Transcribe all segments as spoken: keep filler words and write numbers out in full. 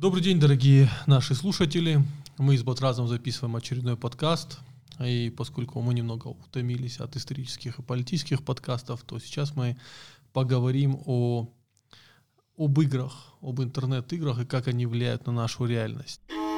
Добрый день, дорогие наши слушатели. Мы с Батразом записываем очередной подкаст. И поскольку мы немного утомились от исторических и политических подкастов, то сейчас мы поговорим о, об играх, об интернет-играх и как они влияют на нашу реальность.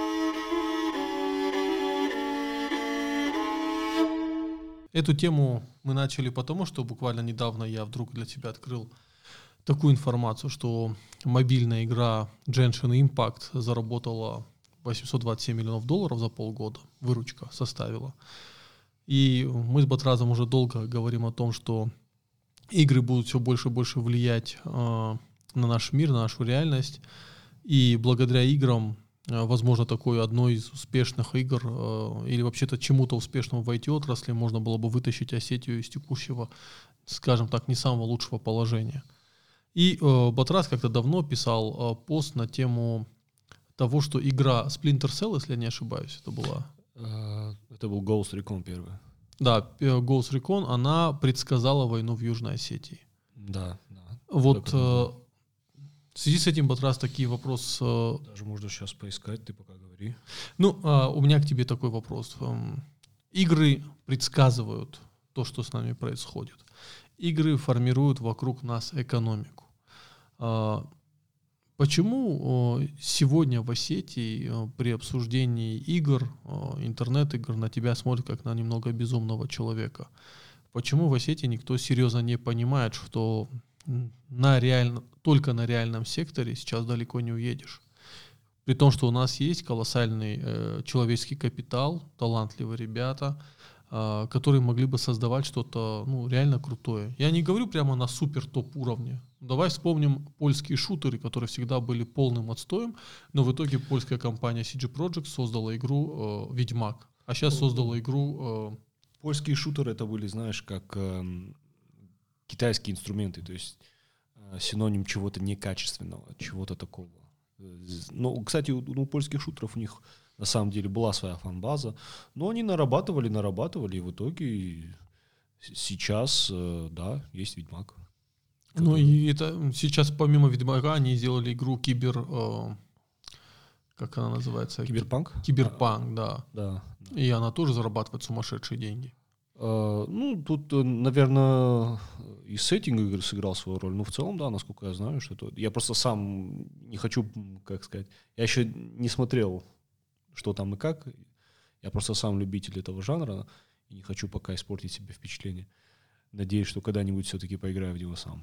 Эту тему мы начали потому, что буквально недавно я вдруг для себя открыл такую информацию, что мобильная игра Genshin Impact заработала восемьсот двадцать семь миллионов долларов за полгода, выручка составила. И мы с Батразом уже долго говорим о том, что игры будут все больше и больше влиять э, на наш мир, на нашу реальность. И благодаря играм, э, возможно, такой одной из успешных игр э, или вообще-то чему-то успешному в ай ти-отрасли можно было бы вытащить Осетию из текущего, скажем так, не самого лучшего положения. И э, Батраз как-то давно писал э, пост на тему того, что игра Splinter Cell, если я не ошибаюсь, это была... Это был Ghost Recon первый. Да, Ghost Recon, она предсказала войну в Южной Осетии. Да, да. Вот э, в связи с этим, Батраз, такие вопросы... Э, Даже можно сейчас поискать, ты пока говори. Ну, э, у меня к тебе такой вопрос. Э, игры предсказывают то, что с нами происходит. Игры формируют вокруг нас экономику. Почему сегодня в Осетии при обсуждении игр, интернет-игр, на тебя смотрят как на немного безумного человека? Почему в Осетии никто серьезно не понимает, что на реально, только на реальном секторе сейчас далеко не уедешь? При том, что у нас есть колоссальный э, человеческий капитал, талантливые ребята, э, которые могли бы создавать что-то ну, реально крутое. Я не говорю прямо на супер-топ уровне. Давай вспомним польские шутеры, которые всегда были полным отстоем, но в итоге польская компания си джи Projekt создала игру э, «Ведьмак», а сейчас создала игру... Э, Польские шутеры это были, знаешь, как э, китайские инструменты, то есть э, синоним чего-то некачественного, чего-то такого. Ну, кстати, у, у польских шутеров у них на самом деле была своя фан-база, но они нарабатывали, нарабатывали, и в итоге сейчас, э, да, есть «Ведьмак». Ну и это сейчас помимо «Ведьмака» они сделали игру «Кибер...» э, как она называется? Киберпанк? Киберпанк, да. Да. И она тоже зарабатывает сумасшедшие деньги. Uh, ну, тут, наверное, и сеттинг игры сыграл свою роль. Ну, в целом, да, насколько я знаю, что это... Я просто сам не хочу, как сказать... Я еще не смотрел, что там и как. Я просто сам любитель этого жанра и не хочу пока испортить себе впечатление. Надеюсь, что когда-нибудь все-таки поиграю в него сам.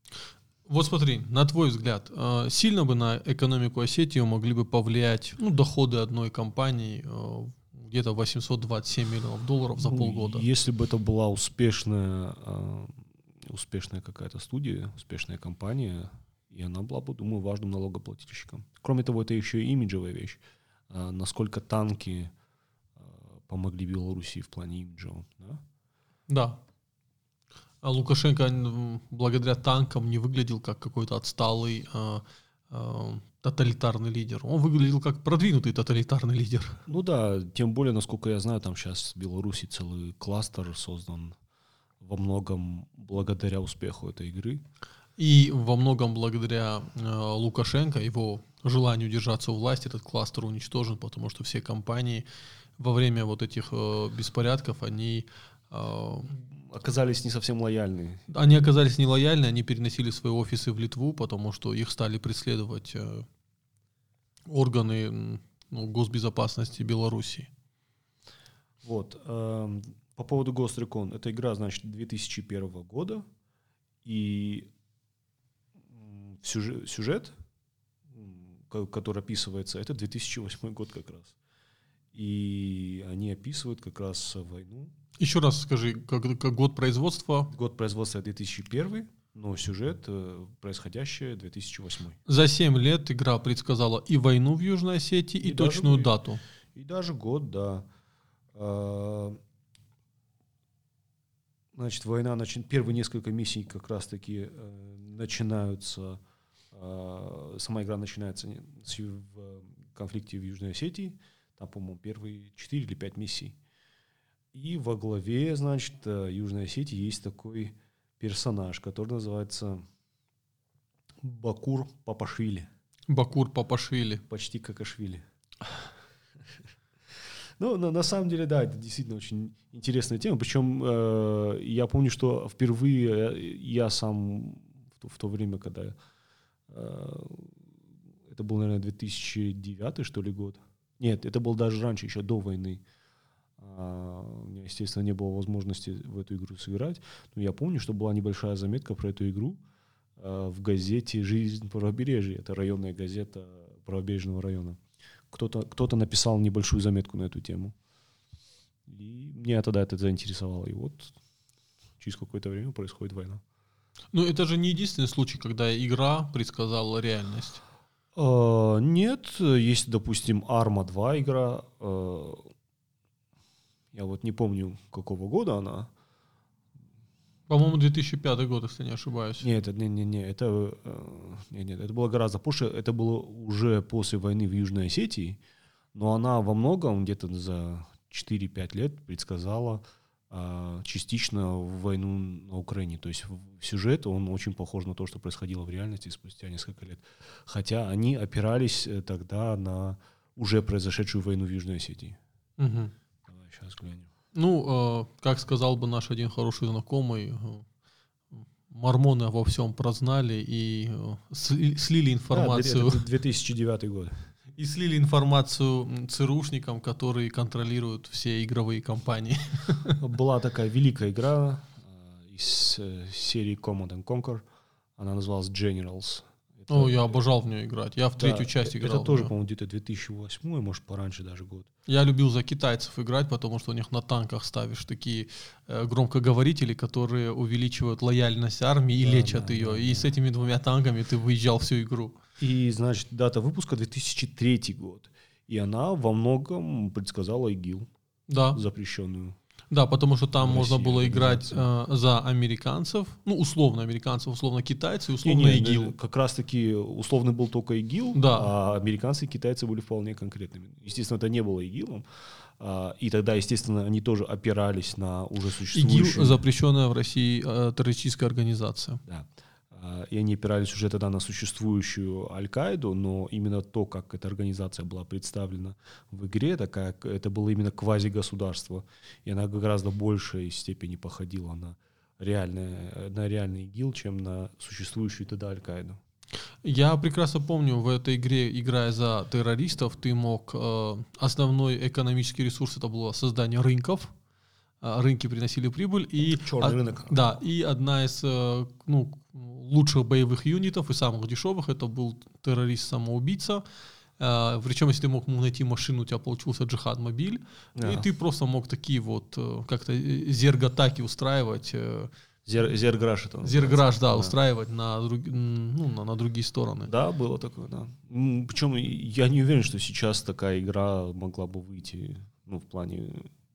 Вот смотри, на твой взгляд, сильно бы на экономику Осетии могли бы повлиять ну, доходы одной компании где-то восемьсот двадцать семь миллионов долларов за ну, полгода? Если бы это была успешная, успешная какая-то студия, успешная компания, и она была бы, думаю, важным налогоплательщиком. Кроме того, это еще и имиджевая вещь. Насколько танки помогли Беларуси в плане имиджевом, да? Да. А Лукашенко благодаря танкам не выглядел как какой-то отсталый э, э, тоталитарный лидер. Он выглядел как продвинутый тоталитарный лидер. Ну да, тем более, насколько я знаю, там сейчас в Беларуси целый кластер создан во многом благодаря успеху этой игры. И во многом благодаря э, Лукашенко, его желанию держаться у власти, этот кластер уничтожен, потому что все компании во время вот этих э, беспорядков, они... Э, оказались не совсем лояльны. Они оказались нелояльны, они переносили свои офисы в Литву, потому что их стали преследовать э, органы ну, госбезопасности Беларуси. Вот. Э, по поводу Ghost Recon. Эта игра, значит, две тысячи первого года. И сюжет, сюжет, который описывается, это две тысячи восьмой год как раз. И они описывают как раз войну. Еще раз скажи, как, как год производства? Год производства две тысячи первый, но сюжет происходящий две тысячи восьмой. За семь лет игра предсказала и войну в Южной Осетии, и, и точную даже, дату. И, и даже год, да. А, значит, война, начин... первые несколько миссий как раз-таки э, начинаются, э, сама игра начинается с, в конфликте в Южной Осетии. Там, по-моему, первые четыре или пять миссий. И во главе, значит, Южной Осетии есть такой персонаж, который называется Бакур Папашвили. Бакур Папашвили. Почти Какашвили. Ну, на, на самом деле, да, это действительно очень интересная тема. Причем э, я помню, что впервые я сам в то, в то время, когда э, это был, наверное, две тысячи девятый, что ли, год. Нет, это был даже раньше, еще до войны. А, у меня, естественно, не было возможности в эту игру сыграть. Но я помню, что была небольшая заметка про эту игру э, в газете «Жизнь правобережья». Это районная газета правобережного района. Кто-то, кто-то написал небольшую заметку на эту тему. И меня тогда это заинтересовало. И вот через какое-то время происходит война. Ну, это же не единственный случай, когда игра предсказала реальность. Uh, нет, есть, допустим, Арма два игра. Uh, я вот не помню, какого года она. По-моему, две тысячи пятый год, если не ошибаюсь. Нет, это, не, не, не, это, uh, не, нет, это было гораздо позже. Это было уже после войны в Южной Осетии. Но она во многом, где-то за четыре-пять лет предсказала uh, частично войну на Украине. То есть сюжет, он очень похож на то, что происходило в реальности спустя несколько лет. Хотя они опирались тогда на уже произошедшую войну в Южной Осетии. Угу. Давай сейчас глянем. Ну, э, как сказал бы наш один хороший знакомый, э, мормоны во всем прознали и э, сли, слили информацию. Да, это две тысячи девятый год. И слили информацию ЦРУшникам, которые контролируют все игровые компании. Была такая великая игра э, из э, серии Command and Conquer. Она называлась Generals. Это, О, я обожал в нее играть. Я в да, третью часть играл. Это тоже, по-моему, где-то две тысячи восьмой, может, пораньше даже год. Я любил за китайцев играть, потому что у них на танках ставишь такие э, громкоговорители, которые увеличивают лояльность армии и да, лечат да, ее. да, и да. с этими двумя танками ты выезжал всю игру. И, значит, дата выпуска две тысячи третий год. И она во многом предсказала ИГИЛ, Да. запрещенную. Да, потому что там в можно России было играть организация. э, за американцев, ну, условно американцев, условно китайцы, условно Не, не, ИГИЛ. Как раз-таки условный был только ИГИЛ, Да. а американцы и китайцы были вполне конкретными. Естественно, это не было ИГИЛом. А, и тогда, естественно, они тоже опирались на уже существующую... ИГИЛ — запрещенная в России э, террористическая организация. Да. И они опирались уже тогда на существующую Аль-Каиду, но именно то, как эта организация была представлена в игре, так как это было именно квазигосударство, и она в гораздо большей степени походила на, реальное, на реальный ИГИЛ, чем на существующую тогда Аль-Каиду. Я прекрасно помню, в этой игре, играя за террористов, ты мог... Э, основной экономический ресурс — это было создание рынков. Рынки приносили прибыль. И Черный од, рынок. Да, и одна из э, ну, лучших боевых юнитов и самых дешевых — это был террорист-самоубийца. Э, причем, если ты мог найти машину, у тебя получился джихад-мобиль. Yeah. И ты просто мог такие вот э, как-то зерг-атаки устраивать. Э, Зер, зерграш это. Зерграш, да, да, устраивать на, друг, ну, на, на другие стороны. Да, было такое, да. Причем я не уверен, что сейчас такая игра могла бы выйти, ну, в плане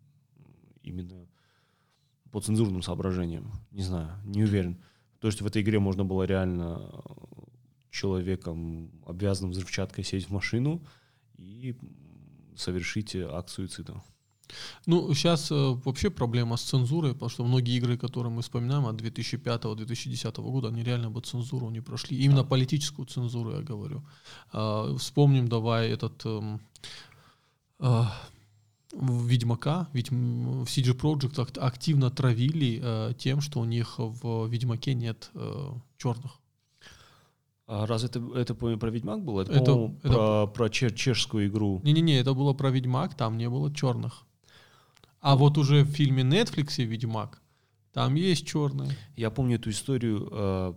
именно по цензурным соображениям. Не знаю, не уверен. То, что в этой игре можно было реально человеком, обвязанным взрывчаткой, сесть в машину и совершить акт суицида. Ну, сейчас э, вообще проблема с цензурой, потому что многие игры, которые мы вспоминаем от две тысячи пятого — две тысячи десятого года, они реально бы цензуру не прошли. Именно да. Политическую цензуру, я говорю. Э, вспомним давай этот... Э, э, Ведьмака, ведь в си джи Projekt активно травили э, тем, что у них в Ведьмаке нет э, черных. А раз это, это про Ведьмак было? Это, это, по-моему, это... про, про чеш- чешскую игру. Не-не-не, это было про Ведьмак, там не было черных. А mm. вот уже в фильме Netflix Ведьмак, там есть черные. Я помню эту историю э,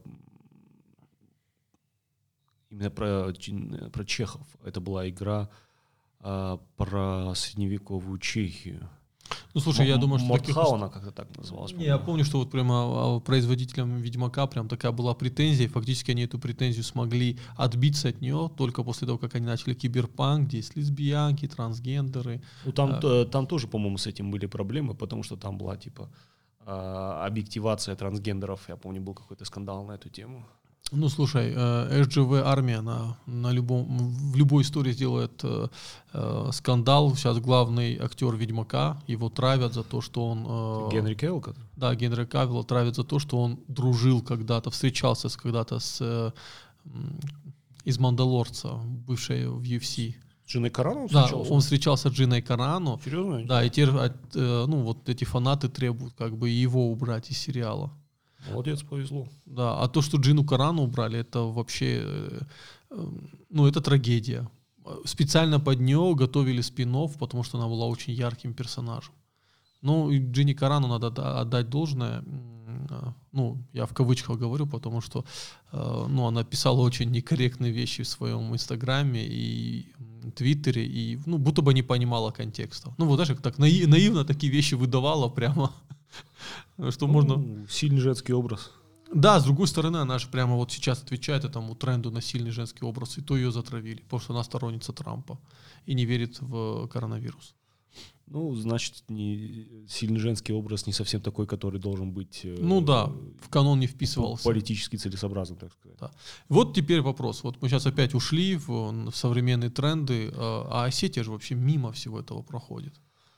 именно про, про чехов. Это была игра А, про средневековую Чехию. Ну, слушай, М- я думаю, что... Мортхауна таких... как-то так называлась. Не, я помню, что вот прямо производителям Ведьмака прям такая была претензия, и фактически они эту претензию смогли отбиться от нее только после того, как они начали киберпанк, где есть лесбиянки, трансгендеры. Ну, там, а... там тоже, по-моему, с этим были проблемы, потому что там была, типа, объективация трансгендеров. Я помню, был какой-то скандал на эту тему. Ну, слушай, эс джи ви армия на, на любом, в любой истории сделает э, э, скандал. Сейчас главный актер Ведьмака, его травят за то, что он... Э, Генри Кевилл? Да, Генри Кевилла травят за то, что он дружил когда-то, встречался с, когда-то с э, из «Мандалорца», бывшей в ю эф си. С Джиной Карану он Да, встречался? он встречался с Джиной Карану. Серьезно? Да, и теперь э, ну, вот эти фанаты требуют как бы его убрать из сериала. Молодец, повезло. Да, а то, что Джину Карану убрали, это вообще, э, э, ну, это трагедия. Специально под нее готовили спин-офф, потому что она была очень ярким персонажем. Ну, и Джинни Карану надо отдать должное. Ну, я в кавычках говорю, потому что э, ну, она писала очень некорректные вещи в своем инстаграме и твиттере, и ну, будто бы не понимала контекста. Ну, вот знаешь, как так наив, наивно такие вещи выдавала прямо, что Ну, можно... Сильный женский образ. Да, с другой стороны, она же прямо вот сейчас отвечает этому тренду на сильный женский образ, и то ее затравили, потому что она сторонница Трампа и не верит в коронавирус. Ну, значит, не, сильный женский образ не совсем такой, который должен быть... Ну да, в канон не вписывался. Политически целесообразным, так сказать. Да. Вот теперь вопрос. Вот мы сейчас опять ушли в, в современные тренды, а Осетия же вообще мимо всего этого проходит.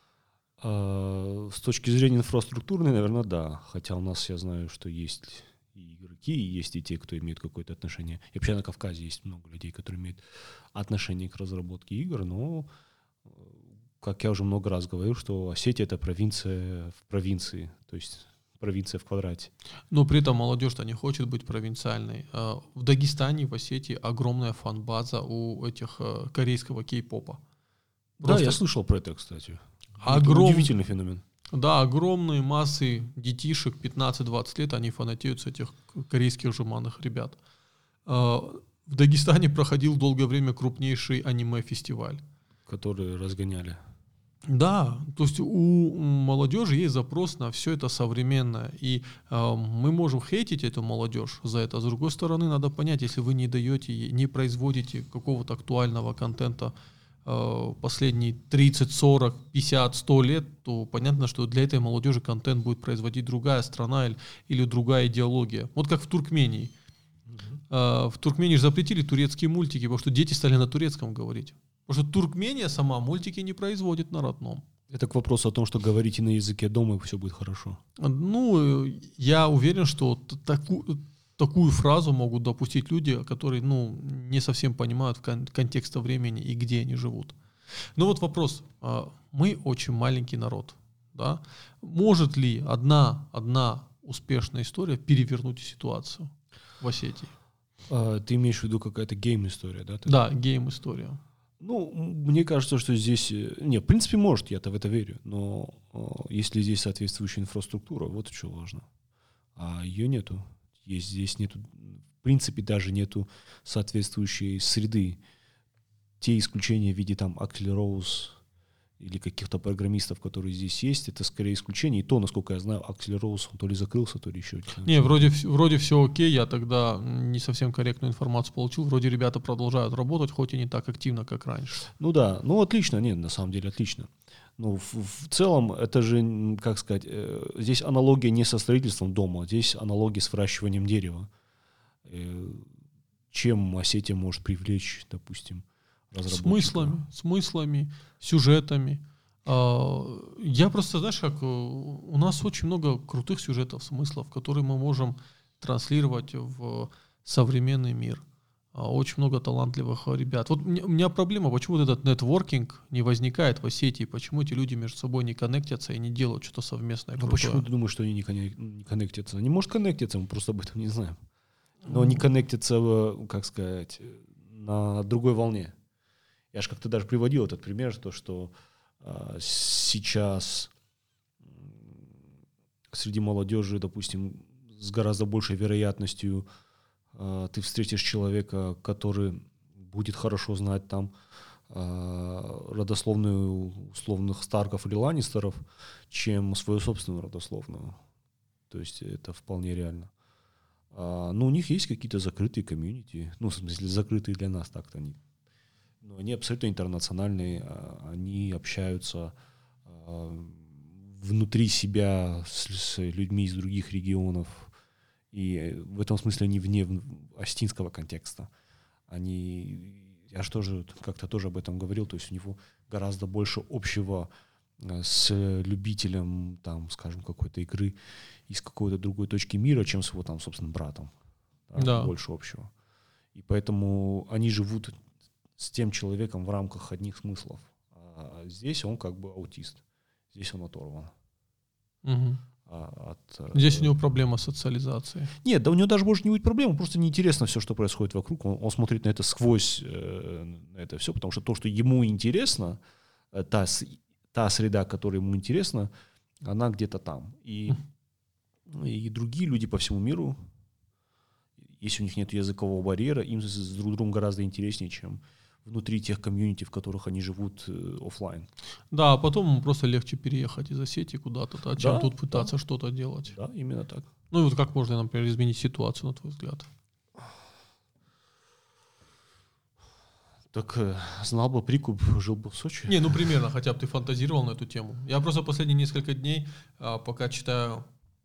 А, с точки зрения инфраструктурной, наверное, да. Хотя у нас, я знаю, что есть и игроки, и есть и те, кто имеет какое-то отношение. И вообще на Кавказе есть много людей, которые имеют отношение к разработке игр, но... Как я уже много раз говорил, что Осетия — это провинция в провинции, то есть провинция в квадрате. Но при этом молодежь-то не хочет быть провинциальной. В Дагестане, в Осетии огромная фан-база у этих корейского кей-попа. Просто... Да, я слышал про это, кстати. Огром... Это удивительный феномен. Да, огромные массы детишек, пятнадцать-двадцать лет, они фанатеют с этих корейских жеманных ребят. В Дагестане проходил долгое время крупнейший аниме-фестиваль. Которые разгоняли. Да, то есть у молодежи есть запрос на все это современное, и э, мы можем хейтить эту молодежь за это. С другой стороны, надо понять, если вы не даете, не производите какого-то актуального контента э, последние тридцать, сорок, пятьдесят, сто лет, то понятно, что для этой молодежи контент будет производить другая страна или, или другая идеология. Вот как в Туркмении. Э, в Туркмении же запретили турецкие мультики, потому что дети стали на турецком говорить. Потому что Туркмения сама мультики не производит на родном. Это к вопросу о том, что говорите на языке дома, и все будет хорошо. Ну, я уверен, что таку, такую фразу могут допустить люди, которые ну, не совсем понимают кон- контекста времени и где они живут. Но вот вопрос. Мы очень маленький народ. Да? Может ли одна, одна успешная история перевернуть ситуацию в Осетии? А, ты имеешь в виду какая-то гейм-история, да? Да, гейм-история. Ну, мне кажется, что здесь... Не, в принципе, может, я-то в это верю, но если здесь соответствующая инфраструктура, вот что важно. А ее нету. Есть, здесь нету... В принципе, даже нету соответствующей среды. Те исключения в виде там Axl Rose или каких-то программистов, которые здесь есть, это скорее исключение. И то, насколько я знаю, Axl Rose, он то ли закрылся, то ли еще. Не, вроде, вроде все окей, я тогда не совсем корректную информацию получил. Вроде ребята продолжают работать, хоть и не так активно, как раньше. Ну да, ну отлично, нет, на самом деле отлично. Ну, в, в целом, это же, как сказать, э, здесь аналогия не со строительством дома, здесь аналогия с выращиванием дерева. Э, чем Осетия может привлечь, допустим, разработчика? Смыслами, смыслами, сюжетами. Я просто, знаешь, как у нас очень много крутых сюжетов, смыслов, которые мы можем транслировать в современный мир. Очень много талантливых ребят. Вот у меня проблема, почему вот этот нетворкинг не возникает в Осетии, почему эти люди между собой не коннектятся и не делают что-то совместное. Ну почему ты думаешь, что они не, коннек- не коннектятся? Они, может, коннектятся, мы просто об этом не знаем. Но они коннектятся, как сказать, на другой волне. Я же как-то даже приводил этот пример, то, что а, сейчас среди молодежи, допустим, с гораздо большей вероятностью а, ты встретишь человека, который будет хорошо знать там а, родословную условных Старков или Ланнистеров, чем свою собственную родословную. То есть это вполне реально. А, ну, у них есть какие-то закрытые комьюнити, ну, в смысле, закрытые для нас так-то они. Но они абсолютно интернациональные, они общаются внутри себя с, с людьми из других регионов, и в этом смысле они вне остинского контекста. Они, я же тоже как-то тоже об этом говорил, то есть у него гораздо больше общего с любителем, там, скажем, какой-то игры из какой-то другой точки мира, чем с его, там, собственно, братом. Да, да. Больше общего. И поэтому они живут с тем человеком в рамках одних смыслов. А здесь он как бы аутист. Здесь он оторван. Угу. А, от, Здесь у него проблема с социализацией. Нет, да у него даже может не быть проблем, просто неинтересно все, что происходит вокруг. Он, он смотрит на это сквозь э, на это все, потому что то, что ему интересно, э, та, та среда, которая ему интересна, она где-то там. И, и другие люди по всему миру, если у них нет языкового барьера, им с, с друг другом гораздо интереснее, чем внутри тех комьюнити, в которых они живут э, офлайн. Да, а потом ему просто легче переехать из Осетии куда-то, да, чем Да, тут пытаться да. что-то делать. Да, именно так. Ну и вот как можно, например, изменить ситуацию, на твой взгляд? Так э, знал бы прикуп, жил бы в Сочи. Не, ну примерно, хотя бы ты фантазировал на эту тему. Я просто последние несколько дней, а, пока читаю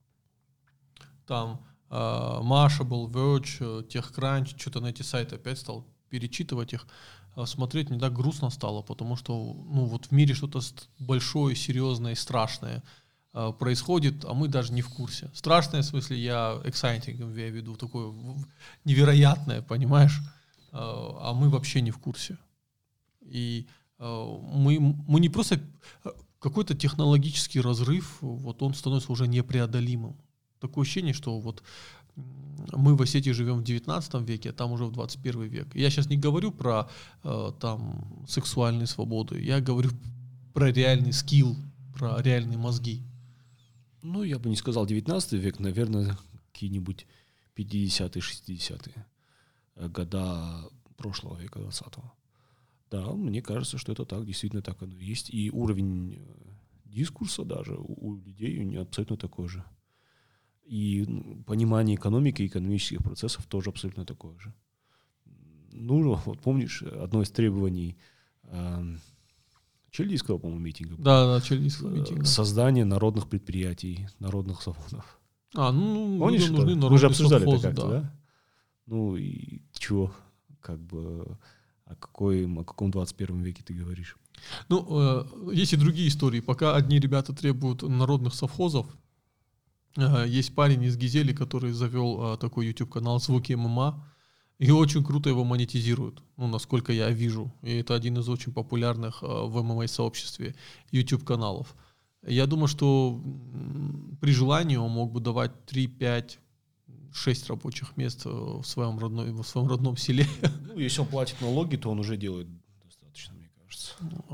там а, Mashable, Verge, TechCrunch, что-то на эти сайты опять стал перечитывать их, а, смотреть, мне так грустно стало, потому что ну вот в мире что-то большое, серьезное и страшное а, происходит, а мы даже не в курсе. Страшное, в смысле, я exciting, я имею в виду, такое невероятное, понимаешь? А мы вообще не в курсе. И мы, мы не просто... Какой-то технологический разрыв, вот он становится уже непреодолимым. Такое ощущение, что вот мы в Осетии живем в девятнадцатом веке, а там уже в двадцать первый век. Я сейчас не говорю про там сексуальные свободы, я говорю про реальный скилл, про реальные мозги. Ну, я бы не сказал девятнадцатый век, наверное, какие-нибудь пятидесятые, шестидесятые года прошлого века, двадцатого. Да, мне кажется, что это так, действительно так оно и есть. И уровень дискурса даже у людей у него абсолютно такой же. И понимание экономики и экономических процессов тоже абсолютно такое же. Ну, вот помнишь, одно из требований э, чилийского, по-моему, митинга? Да, да, чилийского митинга. Создание народных предприятий, народных заводов. А, ну, помнишь, людям нужны народные мы же обсуждали совхозы, это как-то, да. да? Ну и чего? Как бы о, какой, о каком двадцать первом веке ты говоришь? Ну, э, есть и другие истории. Пока одни ребята требуют народных совхозов, э, есть парень из Гизели, который завел э, такой YouTube-канал «Звуки ММА», и очень круто его монетизируют, ну, насколько я вижу. И это один из очень популярных э, в ММА-сообществе YouTube-каналов. Я думаю, что м, при желании он мог бы давать три, пять, шесть рабочих мест в своем, родной, в своем родном селе. Ну, если он платит налоги, то он уже делает достаточно, мне кажется.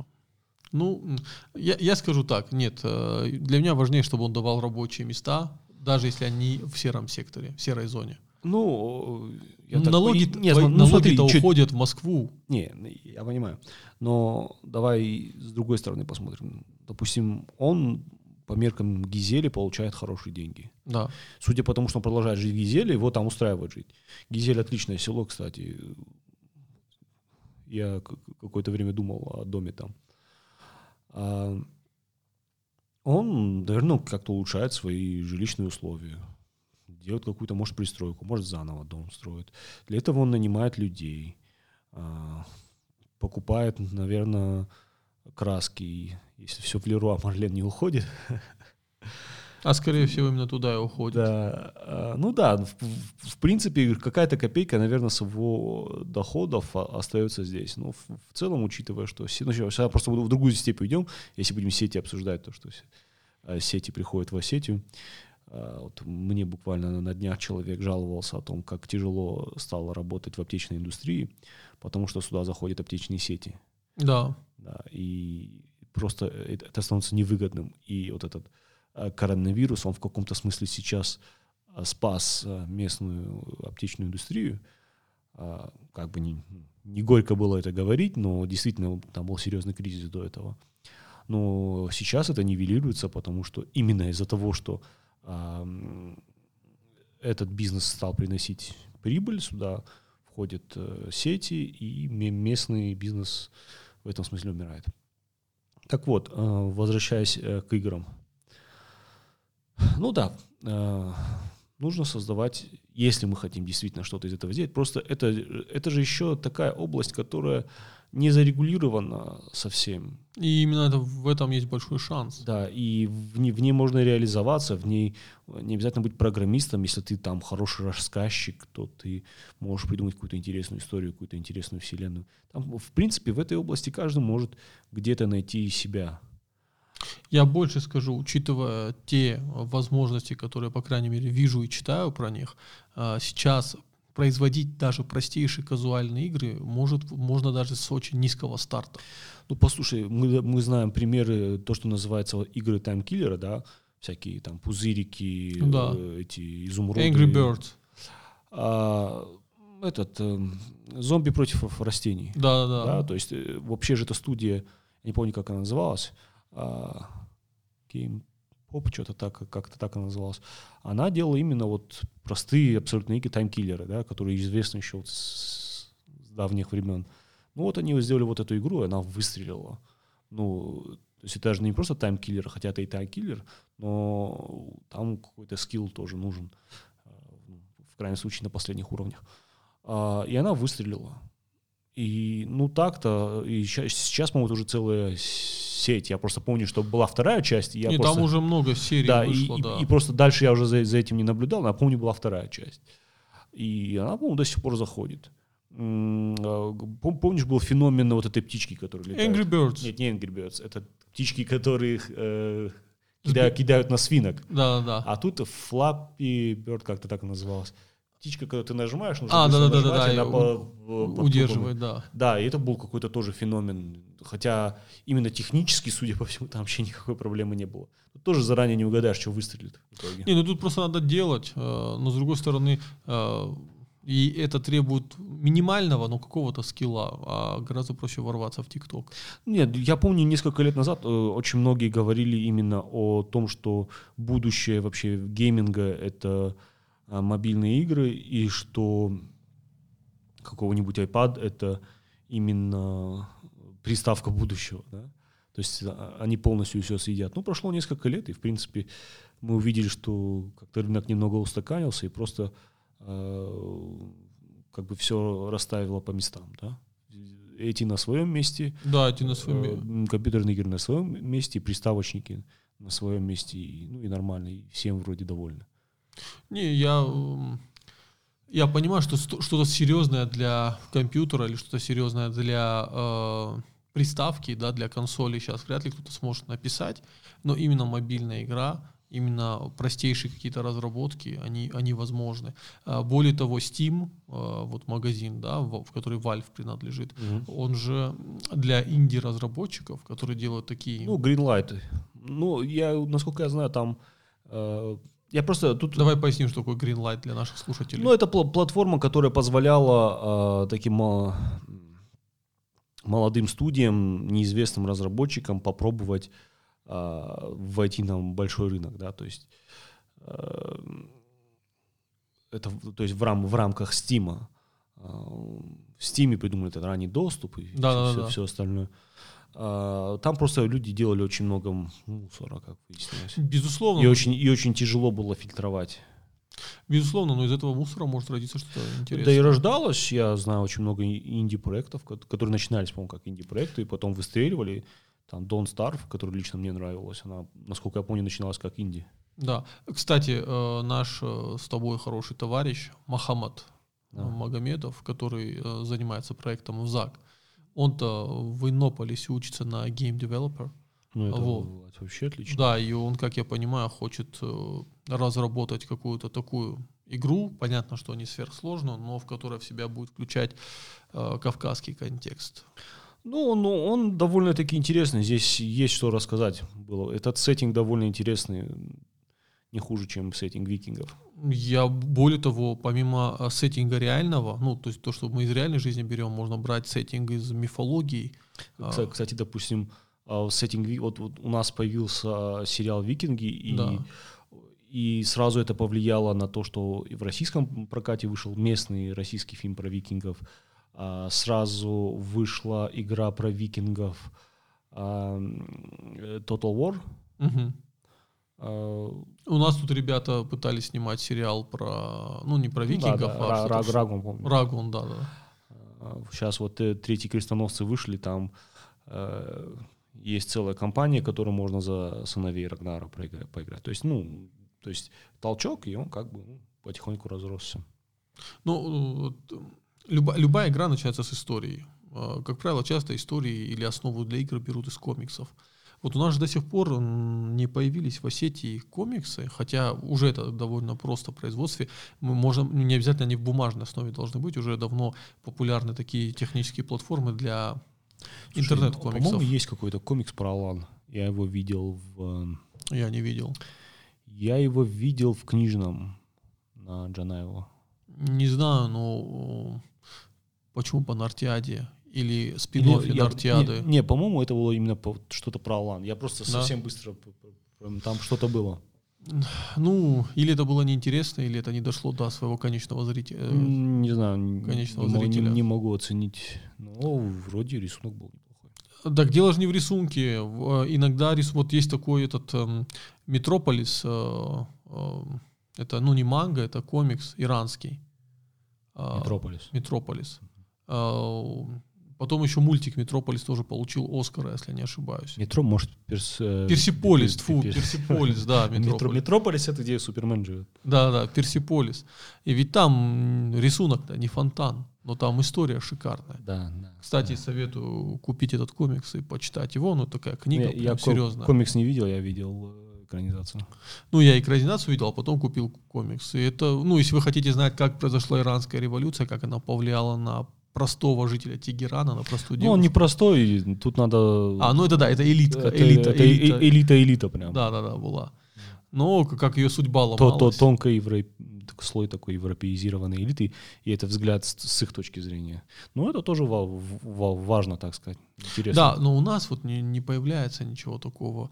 Ну, я, я скажу так, нет, для меня важнее, чтобы он давал рабочие места, даже если они в сером секторе, в серой зоне. Ну, я налоги, так... Нет, твои, ну, налоги-то смотри, уходят чуть... в Москву. Не, я понимаю. Но давай с другой стороны посмотрим. Допустим, он по меркам Гизели получает хорошие деньги. Да. Судя по тому, что он продолжает жить в Гизеле, его там устраивает жить. Гизель отличное село, кстати. Я какое-то время думал о доме там. А он, наверное, как-то улучшает свои жилищные условия. Делает какую-то, может, пристройку, может, заново дом строит. Для этого он нанимает людей. Покупает, наверное, краски. Если все в Леруа Мерлен не уходит. А скорее всего именно туда и уходит. Да. Ну да, в, в принципе, какая-то копейка, наверное, с его доходов остается здесь. Но в, в целом, учитывая, что... Ну, сейчас просто в другую степь уйдем, если будем сети обсуждать, то, что сети приходят в Осетию. Вот мне буквально на днях человек жаловался о том, как тяжело стало работать в аптечной индустрии, потому что сюда заходят аптечные сети. Да. Да, и просто это становится невыгодным. И вот этот коронавирус, он в каком-то смысле сейчас спас местную аптечную индустрию. Как бы не, не горько было это говорить, но действительно там был серьезный кризис до этого. Но сейчас это нивелируется, потому что именно из-за того, что этот бизнес стал приносить прибыль, сюда входят сети, и местный бизнес в этом смысле умирает. Так вот, возвращаясь к играм. Ну да, нужно создавать, если мы хотим действительно что-то из этого сделать, просто это, это же еще такая область, которая не зарегулирована совсем. И именно это, в этом есть большой шанс. Да, и в ней, в ней можно реализоваться, в ней не обязательно быть программистом, если ты там хороший рассказчик, то ты можешь придумать какую-то интересную историю, какую-то интересную вселенную. Там, в принципе, в этой области каждый может где-то найти себя. Я больше скажу, учитывая те возможности, которые, по крайней мере, вижу и читаю про них, сейчас производить даже простейшие казуальные игры может, можно даже с очень низкого старта. Ну, послушай, мы, мы знаем примеры, то, что называется игры таймкиллера, да, всякие там пузырики, Да. э, эти изумруды. Angry Birds. А, этот, э, зомби против растений. Да, да, да. То есть э, вообще же эта студия, я не помню, как она называлась, а, Game Pop, что-то так, как-то так она называлась. Она делала именно вот простые абсолютно игры, таймкиллеры, да, которые известны еще вот с, с давних времен. Ну вот они сделали вот эту игру, и она выстрелила. Ну, то есть это даже не просто таймкиллер, хотя это и таймкиллер, но там какой-то скилл тоже нужен, в крайнем случае на последних уровнях. И она выстрелила. И ну так-то, и сейчас, сейчас по-моему, это уже целая сеть. Я просто помню, что была вторая часть. И я и просто, там уже много серий да, вышло, и, да. И, и просто дальше я уже за, за этим не наблюдал, но я помню, была вторая часть. И она, по-моему, до сих пор заходит. Помнишь, был феномен вот этой птички, которая летает? Angry Birds. Нет, не Angry Birds. Это птички, которые э, кидают, кидают на свинок. Да, да. А тут Flappy Bird, как-то так называлось. Птичка, когда ты нажимаешь, нужно а, быстро да, да, нажимать, да, да, и она да, по, по удерживает, да. Да, и это был какой-то тоже феномен. Хотя именно технически, судя по всему, там вообще никакой проблемы не было. Тут тоже заранее не угадаешь, что выстрелит в итоге. Не, ну тут просто надо делать, но с другой стороны, и это требует минимального, но какого-то скилла, а гораздо проще ворваться в ТикТок. Нет, я помню, несколько лет назад очень многие говорили именно о том, что будущее вообще гейминга — это мобильные игры, и что какого-нибудь iPad — это именно приставка будущего, да? То есть они полностью все съедят. Ну, прошло несколько лет, и, в принципе, мы увидели, что как-то рынок немного устаканился, и просто э, как бы все расставило по местам, да? Эти на своем месте, да, эти на своем месте. Э, компьютерные игры на своем месте, приставочники на своем месте, и, ну и нормально, и всем вроде довольны. Не, я, я понимаю, что что-то серьезное для компьютера или что-то серьезное для э, приставки, да, для консоли сейчас вряд ли кто-то сможет написать, но именно мобильная игра, именно простейшие какие-то разработки, они, они возможны. Более того, Steam, вот магазин, да, в который Valve принадлежит, mm-hmm. он же для инди-разработчиков, которые делают такие... Ну, Greenlight. Ну, я, насколько я знаю, там... Э- Я просто тут... Давай поясним, что такое Greenlight для наших слушателей. Ну, это пл- платформа, которая позволяла э, таким мал- молодым студиям, неизвестным разработчикам попробовать э, войти на большой рынок, да, то есть э, это то есть в, рам- в рамках Steam. Э, в Steam придумали этот ранний доступ и да, все, да, все, да. все остальное. Там просто люди делали очень много мусора, как выяснилось. Безусловно. И очень, и очень тяжело было фильтровать. Безусловно, но из этого мусора может родиться что-то интересное. Да и рождалось, я знаю очень много инди-проектов, которые начинались, по-моему, как инди-проекты, и потом выстреливали. Там Don't Starve, которая лично мне нравилась, она, насколько я помню, начиналась как инди. Да. Кстати, наш с тобой хороший товарищ Мохаммад да. Магомедов, который занимается проектом ВЗАГ, он-то в Иннополисе учится на Game Developer. Ну, это вот. вообще отлично. Да, и он, как я понимаю, хочет э, разработать какую-то такую игру, понятно, что не сверхсложную, но в которой в себя будет включать э, кавказский контекст. Ну, ну, он довольно-таки интересный, здесь есть что рассказать было. Этот сеттинг довольно интересный, не хуже, чем сеттинг викингов. Я, более того, помимо сеттинга реального, ну, то есть то, что мы из реальной жизни берем, можно брать сеттинг из мифологии. Кстати, кстати допустим, сеттинг, вот, вот у нас появился сериал «Викинги», и, да. и сразу это повлияло на то, что и в российском прокате вышел местный российский фильм про викингов, а сразу вышла игра про викингов а, Total War. Угу. У нас тут ребята пытались снимать сериал про, ну не про викингов, да, да, а Ра- что-то... Рагун, помню. Рагун, да, да. Сейчас вот э, третьи крестоносцы вышли, там э, есть целая компания, которую можно за сыновей Рагнара проиграть, поиграть. То есть, ну, то есть толчок, и он как бы ну, потихоньку разросся. Ну, любая, любая игра начинается с истории. Как правило, часто истории или основу для игр берут из комиксов. Вот у нас же до сих пор не появились в Осетии комиксы, хотя уже это довольно просто в производстве. Мы можем, не обязательно они в бумажной основе должны быть, уже давно популярны такие технические платформы для интернет-комиксов. По-моему, есть какой-то комикс про Алан. Я его видел в... Я не видел. Я его видел в книжном на Джанаева. Не знаю, но почему по Нартиаде? Или спин-оффе Нартиады? Не, не, по-моему, это было именно по, что-то про Алан. Я просто да. совсем быстро... Там что-то было. Ну, или это было неинтересно, или это не дошло до своего конечного зрителя. Не знаю, конечного не, зрителя. Не, не могу оценить. Но вроде рисунок был неплохой. Так дело же не в рисунке. Иногда рис... вот есть такой этот эм, Метрополис. Э, э, это, ну, не манга, это комикс иранский. Метрополис. Метрополис. Э, Потом еще мультик «Метрополис» тоже получил Оскара, если не ошибаюсь. Метро, может, перс... Персиполис, тьфу, Персиполис, да, Метрополис. Метрополис — это где Супермен живет. Да, да, Персиполис. И ведь там рисунок-то не фонтан, но там история шикарная. Да, да. Кстати, да. советую купить этот комикс и почитать его, ну такая книга я, прям я серьезная. Комикс не видел, я видел экранизацию. Ну, я экранизацию видел, а потом купил комикс. И это, ну, если вы хотите знать, как произошла иранская революция, как она повлияла на простого жителя Тегерана, на простую девушку. Ну, он не простой, тут надо... А, ну это да, это элитка. Это, элита, это элита. элита, элита прям. Да, да, да, была. Но как ее судьба ломалась. То, то тонкий евро... слой такой европеизированной элиты, и это взгляд с, с их точки зрения. Но это тоже ва- ва- важно, так сказать. Интересно. Да, но у нас вот не, не появляется ничего такого.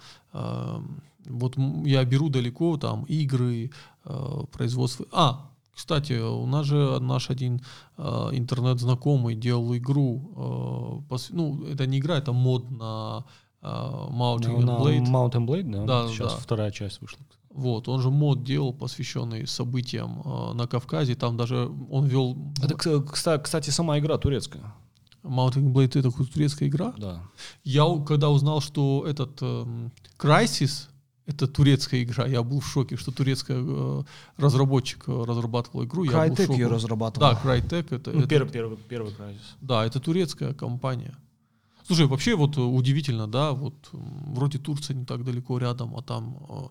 Вот я беру далеко там игры, производство... А, кстати, у нас же наш один э, интернет-знакомый делал игру, э, пос, ну, это не игра, это мод на э, Mountain no, Blade. Mount and Blade, да? Да, Сейчас да. вторая часть вышла. Вот, он же мод делал, посвященный событиям э, на Кавказе, там даже он вел... Это, кстати, сама игра турецкая. Mountain Blade — это турецкая игра? Да. Я когда узнал, что этот э, Crysis — это турецкая игра. Я был в шоке, что турецкий э, разработчик разрабатывал игру. Crytek ее разрабатывал. Да, Crytek. Это, ну, это, первый, первый, первый Crysis. Да, это турецкая компания. Слушай, вообще вот удивительно, да, вот вроде Турция не так далеко рядом, а там э,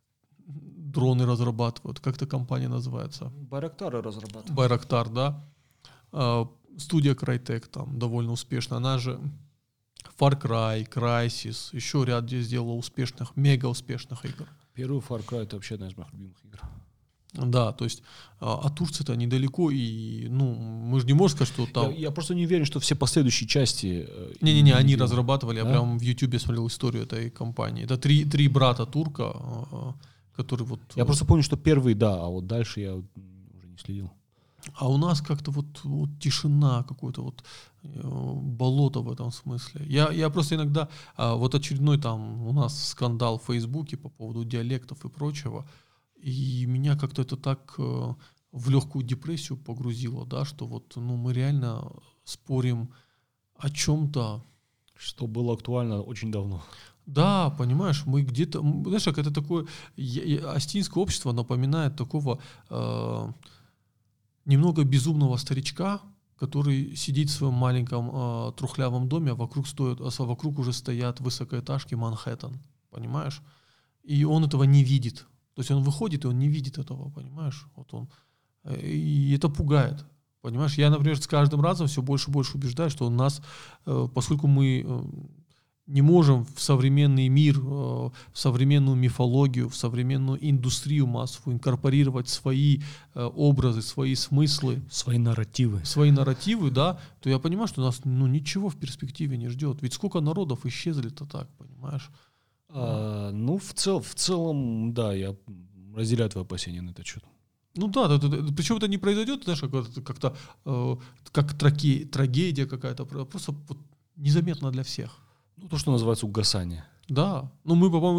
дроны разрабатывают. Как эта компания называется? Байрактары разрабатывают. Байрактар, да. Э, студия Crytek там довольно успешна. Она же... Far Cry, Crysis, еще ряд где сделала успешных, мега успешных игр. Первый Far Cry — это вообще одна из моих любимых игр. Да, то есть, а, а Турция-то недалеко, и, ну, мы же не можем сказать, что там... Я, я просто не уверен, что все последующие части... Не-не-не, они делали. разрабатывали, да? Я прям в Ютубе смотрел историю этой компании. Это три, три брата турка, которые вот... Я просто помню, что первый, да, а вот дальше я уже не следил. А у нас как-то вот, вот тишина, какое-то вот э, болото в этом смысле. Я, я просто иногда, а, вот очередной там у нас скандал в Фейсбуке по поводу диалектов и прочего, и меня как-то это так э, в легкую депрессию погрузило, да, что вот, ну, мы реально спорим о чем-то. Что было актуально очень давно. Да, понимаешь, мы где-то, знаешь, как это такое, астинское общество напоминает такого... Э, немного безумного старичка, который сидит в своем маленьком э, трухлявом доме, а вокруг, стоят, а вокруг уже стоят высокоэтажки Манхэттен, понимаешь? И он этого не видит. То есть он выходит, и он не видит этого, понимаешь? Вот он. И это пугает, понимаешь? Я, например, с каждым разом все больше и больше убеждаюсь, что у нас, э, поскольку мы... Э, не можем в современный мир, в современную мифологию, в современную индустрию массовую инкорпорировать свои образы, свои смыслы. Свои нарративы. Свои нарративы, да, то я понимаю, что нас ну, ничего в перспективе не ждет. Ведь сколько народов исчезли-то так, понимаешь? А, ну, в, цел, в целом, да, я разделяю твои опасения на этот счет. Ну да, это, это, причем это не произойдет, знаешь, как-то, как-то э, как траге, трагедия какая-то, просто вот, незаметно для всех. Ну, то, что называется угасание. Да. Ну, мы, по-моему,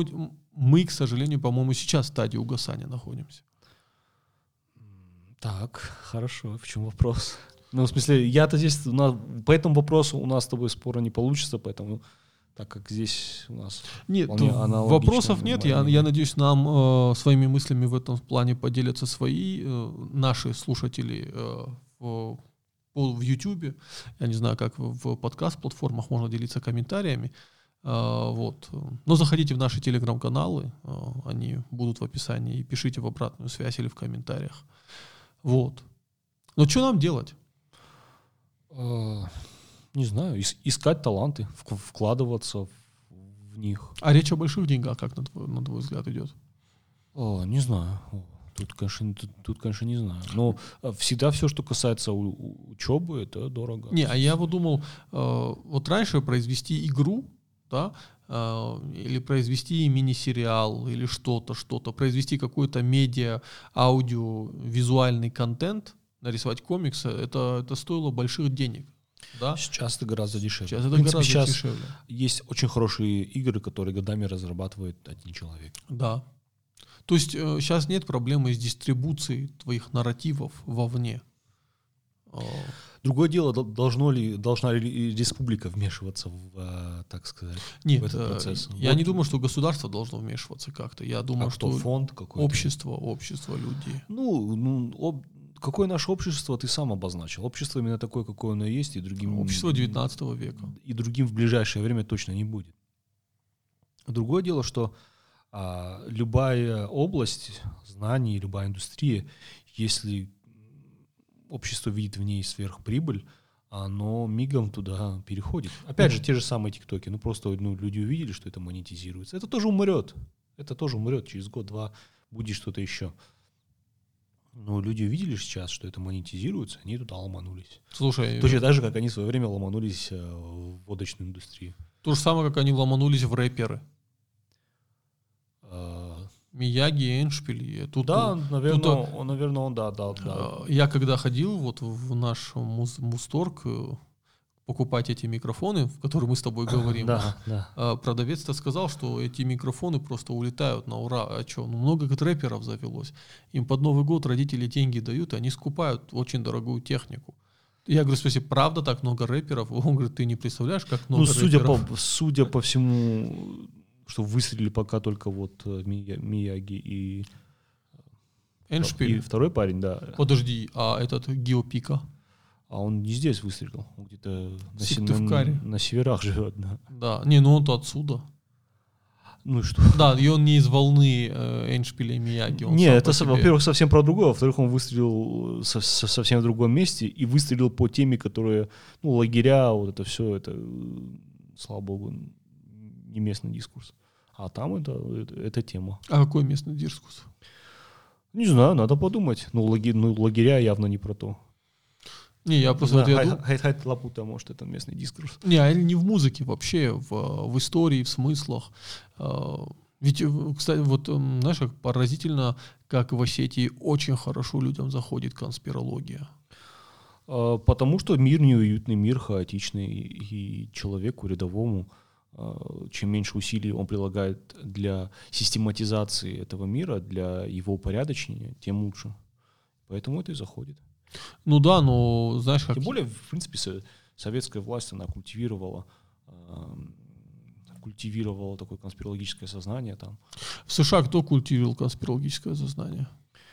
мы, к сожалению, по-моему, сейчас в стадии угасания находимся. Так, хорошо. В чем вопрос? Ну, в смысле, я-то здесь... У нас, по этому вопросу у нас с тобой спора не получится, поэтому... Так как здесь у нас... Нет, вопросов нет. Я, я надеюсь, нам э, своими мыслями в этом плане поделятся свои, э, наши слушатели э, в, в YouTube. Я не знаю, как в подкаст-платформах можно делиться комментариями. Э, вот. Но заходите в наши телеграм-каналы, э, они будут в описании, и пишите в обратную связь или в комментариях. Вот. Но что нам делать? Не знаю, ис- искать таланты, в- вкладываться в, в них. А речь о больших деньгах, как на твой, на твой взгляд, идет? О, не знаю. О, тут, конечно, тут, тут, конечно, не знаю. Но всегда все, что касается у, у, учебы, это дорого. Не, а я вот думал, э, вот раньше произвести игру, да, э, или произвести мини-сериал, или что-то, что-то, произвести какой-то медиа, аудио, визуальный контент, нарисовать комиксы, это, это стоило больших денег. Да? Сейчас это гораздо дешевле. Сейчас это В принципе, гораздо сейчас дешевле. есть очень хорошие игры, которые годами разрабатывает один человек. Да. То есть э, сейчас нет проблемы с дистрибуцией твоих нарративов вовне. Э, Другое дело, дол- должно ли, должна ли республика вмешиваться в, э, так сказать, Нет, в этот э, процесс? я Вот. не думаю, что государство должно вмешиваться как-то. Я думаю, А что кто, фонд какой-то? общество, общество, люди. Ну, ну об- какое наше общество, ты сам обозначил. Общество именно такое, какое оно есть, и другим... Общество девятнадцатого века. И другим в ближайшее время точно не будет. Другое дело, что а, любая область знаний, любая индустрия, если общество видит в ней сверхприбыль, оно мигом туда переходит. Опять же, те же самые тиктоки. Ну, просто ну, люди увидели, что это монетизируется. Это тоже умрет. Это тоже умрет. Через год-два будет что-то еще. Но люди увидели сейчас, что это монетизируется, они туда ломанулись. Слушай, Точно так же, как они в свое время ломанулись э, в водочную индустрию. то же самое, как они ломанулись в рэперы. Э, Мияги, Эндшпиль. Тут, да, тут, наверное, тут, он, наверное, он, да, да, да. э, я когда ходил вот в наш муз, мусторг э, покупать эти микрофоны, в которые мы с тобой говорим, Да, да. э, продавец-то сказал, что эти микрофоны просто улетают на ура. А что? Ну, много говорит, рэперов завелось. Им под Новый год родители деньги дают, и они скупают очень дорогую технику. Я говорю, спроси, правда так много рэперов? Он говорит, ты не представляешь, как много Ну, судя рэперов. по, судя по всему, что выстрелили пока только вот э, Мия- Мияги и, Эндшпиль. и второй парень, да. Подожди, а этот Геопика? А он не здесь выстрелил, он где-то на, се- Сыктывкаре. на, на северах живет, да. Да, не, ну он-то отсюда. Ну и что? Да, и он не из волны э, Эндшпиля и Мияги. Он Не, сам это, по со- себе. во-первых, совсем про другое, во-вторых, он выстрелил со- со- совсем в другом месте и выстрелил по теме, которые, ну, лагеря, вот это все, это, э, слава богу, не местный дискурс. А там это, это, это тема. А какой местный дискурс? Не знаю, надо подумать. Ну, лаги- ну, лагеря явно не про то. Не, я просто... вот я ду- Хайт Лапута, может, это местный дискурс. Не, а не в музыке вообще, в, в истории, в смыслах. А, Ведь, э, кстати, вот м, знаешь, как поразительно, как в Осетии очень хорошо людям заходит конспирология. А, Потому что мир неуютный, мир хаотичный, и человеку рядовому, а, чем меньше усилий он прилагает для систематизации этого мира, для его упорядочения, тем лучше. Поэтому это и заходит. Ну да, но знаешь, как... Тем более, в принципе, со- советская власть, она культивировала, а, культивировала такое конспирологическое сознание там. В США кто культивировал конспирологическое сознание?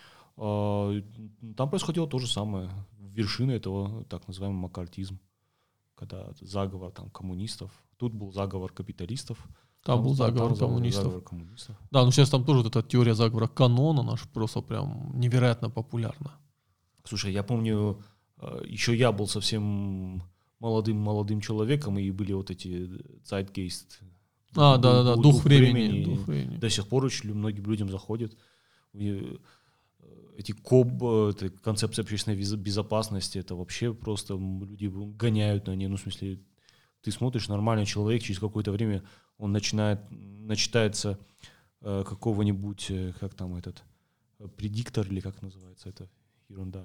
А, Там происходило то же самое. Вершина этого так называемый маккартизм, когда заговор там коммунистов. Тут был заговор капиталистов. Там был заговор там коммунистов. заговор коммунистов. Да, но сейчас там тоже вот эта теория заговора канона наша просто прям невероятно популярна. Слушай, я помню, э, еще я был совсем молодым молодым человеком, и были вот эти Zeitgeist. А, да-да-да, дух- дух, дух времени. времени. Дух времени. До сих пор очень многим людям заходит. И, э, эти КОБ, э, это концепция общественной виз- безопасности, это вообще просто м, люди гоняют на ней. Ну, в смысле, ты смотришь, нормальный человек, через какое-то время он начинает, начитается э, какого-нибудь, э, как там этот, э, предиктор, или как называется эта ерунда.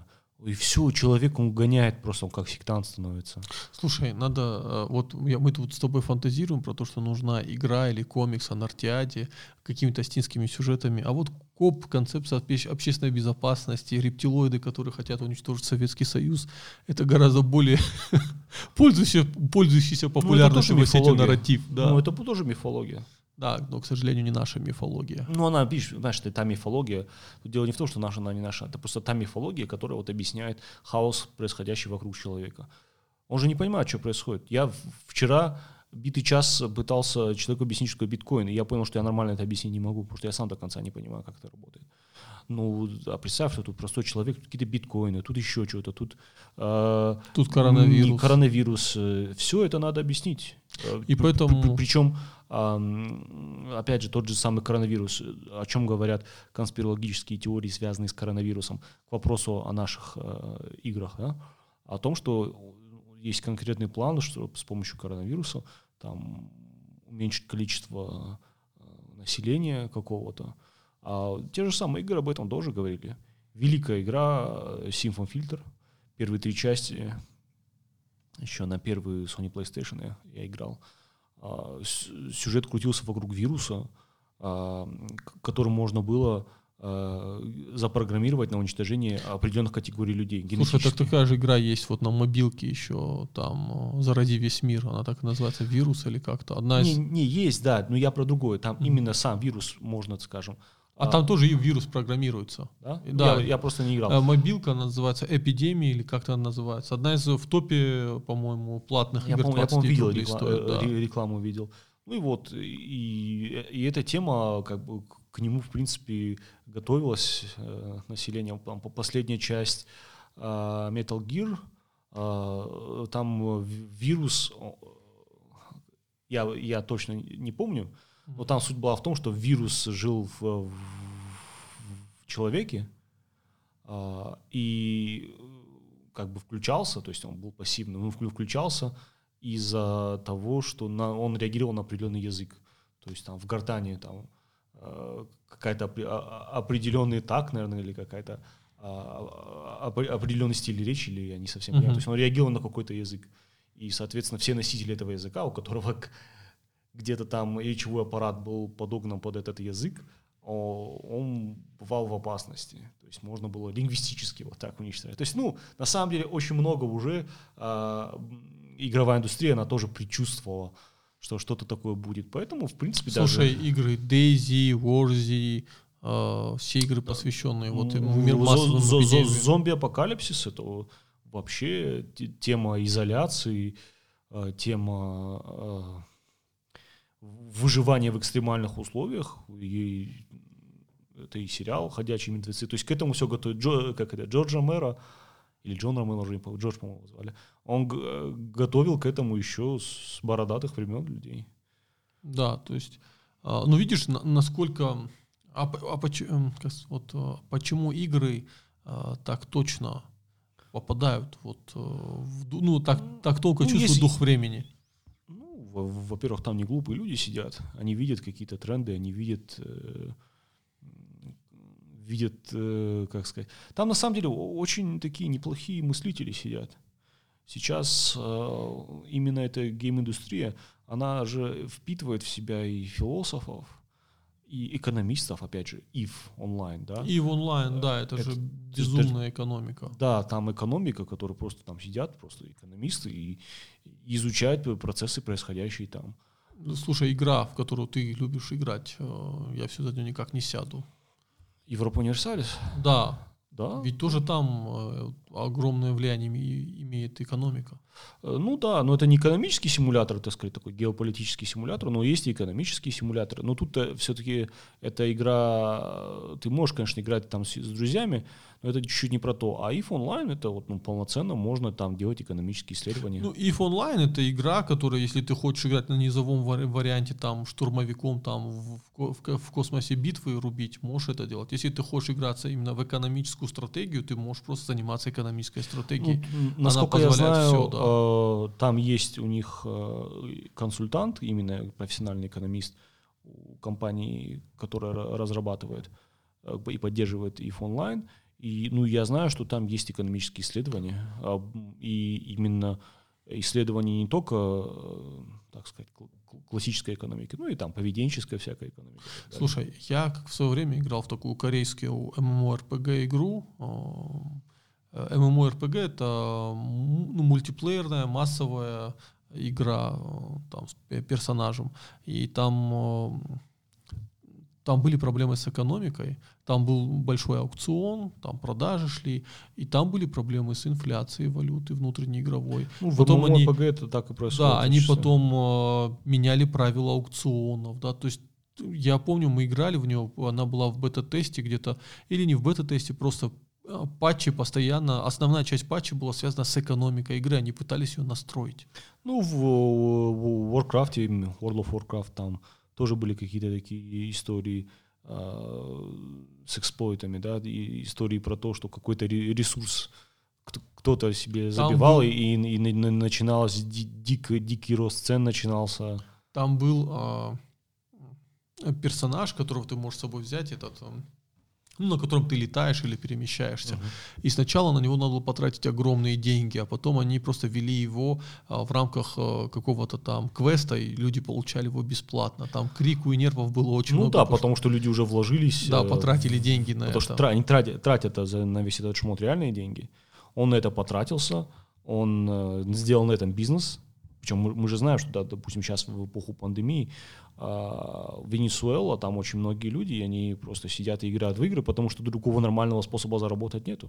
И все, человек он гоняет, просто он как сектант становится. Слушай, надо, вот я, мы тут с тобой фантазируем про то, что нужна игра или комикс о Нартиаде, какими-то астинскими сюжетами, а вот КОП, концепция обще- общественной безопасности, рептилоиды, которые хотят уничтожить Советский Союз, это гораздо более пользующийся, пользующийся популярностью в сети нарратив. Да. Ну, это тоже мифология. Да, но, к сожалению, не наша мифология. Ну, она, видишь, знаешь, это та мифология. Дело не в том, что наша, она не наша. Это просто та мифология, которая вот объясняет хаос, происходящий вокруг человека. Он же не понимает, что происходит. Я вчера битый час пытался человеку объяснить, что такое биткоин, и я понял, что я нормально это объяснить не могу, потому что я сам до конца не понимаю, как это работает. Ну, а представь, что тут простой человек, тут какие-то биткоины, тут еще что-то, тут... Э, тут коронавирус. Коронавирус. Все это надо объяснить. И поэтому... Причем, опять же, тот же самый коронавирус, о чем говорят конспирологические теории, связанные с коронавирусом, к вопросу о наших э, играх, да? О том, что есть конкретный план, что с помощью коронавируса там, уменьшить количество э, населения какого-то. А те же самые игры об этом тоже говорили. Великая игра Symphon Filter, первые три части, еще на первый Sony PlayStation я, я играл. А, сюжет крутился вокруг вируса, а, которым можно было а, запрограммировать на уничтожение определенных категорий людей. Слушай, так такая же игра есть вот на мобилке еще, там «Зарази весь мир», она так и называется, «Вирус» или как-то. Одна из... не, не, есть, да, но я про другое. Там mm-hmm. именно сам вирус, можно, скажем. А, а там тоже и вирус программируется. Да? Да. Я, я просто не играл. Мобилка, она называется «Эпидемия» или как-то она называется. Одна из в топе, по-моему, платных я игр. Пом- я, по-моему, видел рекла- стоит, да. да. рекламу видел. Ну и вот, и, и эта тема, как бы, к нему, в принципе, готовилось э, население. Там, последняя часть э, Metal Gear, э, там вирус, я, я точно не помню, но там суть была в том, что вирус жил в, в, в человеке а, и как бы включался, то есть он был пассивным, он включался из-за того, что на, он реагировал на определенный язык. То есть там в гортани там, а, какая-то определенный так, наверное, или какая-то а, определенный стиль речи, или я не совсем понимаю. Mm-hmm. То есть он реагировал на какой-то язык. И, соответственно, все носители этого языка, у которого где-то там речевой аппарат был подогнан под этот язык, он бывал в опасности. То есть можно было лингвистически вот так уничтожать. То есть, ну, на самом деле, очень много уже э, игровая индустрия, она тоже предчувствовала, что что-то такое будет. Поэтому, в принципе, Слушай, даже... игры Daisy, Warzy, э, все игры, посвященные да. вот мир массовым эпидемиям. Зомби-апокалипсис — это вообще тема изоляции, тема... Э, выживание в экстремальных условиях, и это и сериал «Ходячие мертвецы». То есть к этому все готовит Джо, как это, Джордж Ромеро, или Джон Ромеро, уже не помню, Джордж, по-моему, звали. Он г- готовил к этому еще с бородатых времен людей. Да, то есть, а, ну видишь, на, насколько, а, а почему, вот, почему игры а, так точно попадают, вот, в, ну так, так толко ну, чувствуют если... дух времени? Во-первых, там не глупые люди сидят, они видят какие-то тренды, они видят, э, видят, э, как сказать, там на самом деле очень такие неплохие мыслители сидят. Сейчас э, именно эта гейм-индустрия, она же впитывает в себя и философов, и экономистов, опять же, ив онлайн, да. ив онлайн, да, это, это же безумная это, экономика. Да, там экономика, которые просто там сидят, просто экономисты, и изучают процессы, происходящие там. Слушай, игра, в которую ты любишь играть, я все за нее никак не сяду. Европа Универсалис? Да. Да? Ведь тоже там огромное влияние имеет экономика. Ну да, но это не экономический симулятор, так сказать, такой геополитический симулятор, но есть и экономические симуляторы. Но тут все-таки эта игра, ты можешь, конечно, играть там с, с друзьями, но это чуть-чуть не про то. А ив онлайн это вот, ну, полноценно можно там делать экономические исследования. Ну, ив онлайн это игра, которая, если ты хочешь играть на низовом варианте, там, штурмовиком, там, в, в, в космосе битвы рубить, можешь это делать. Если ты хочешь играться именно в экономическую стратегию, ты можешь просто заниматься экономической стратегией. Ну, насколько я знаю, все, да. Там есть у них консультант, именно профессиональный экономист у компании, которая разрабатывает и поддерживает ив онлайн. И, ну, я знаю, что там есть экономические исследования, и именно исследования не только, так сказать, классической экономики, ну и там поведенческая всякая экономика. Слушай, я как в свое время играл в такую корейскую эм эм о эр пи джи игру. эм эм о эр пи джи — это ну, мультиплеерная массовая игра там, с персонажем. И там, там были проблемы с экономикой, там был большой аукцион, там продажи шли, и там были проблемы с инфляцией валюты внутреннеигровой. Ну, потом в эм эм о эр пи джи они, это так и происходит. да, они потом э, меняли правила аукционов, да, то есть я помню, мы играли в нее, она была в бета-тесте где-то, или не в бета-тесте, просто патчи постоянно, основная часть патча была связана с экономикой игры, они пытались ее настроить. Ну, в, в Warcraft, World of Warcraft, там тоже были какие-то такие истории э, с эксплойтами, да, и истории про то, что какой-то ресурс кто-то себе забивал, был, и, и, и начиналось дик, дикий рост цен начинался. Там был э, персонаж, которого ты можешь с собой взять, этот... ну, на котором ты летаешь или перемещаешься. Uh-huh. И сначала на него надо было потратить огромные деньги, а потом они просто вели его а, в рамках а, какого-то там квеста, и люди получали его бесплатно. Там крику и нервов было очень ну, много. Ну да, потому, потому что люди уже вложились. Да, потратили деньги на потому это. Потому что они тратят, тратят за, на весь этот шмот реальные деньги. Он на это потратился, он э, сделал на этом бизнес. Причем мы, мы же знаем, что, да, допустим, сейчас в эпоху пандемии в Венесуэла, там очень многие люди, и они просто сидят и играют в игры, потому что другого нормального способа заработать нету.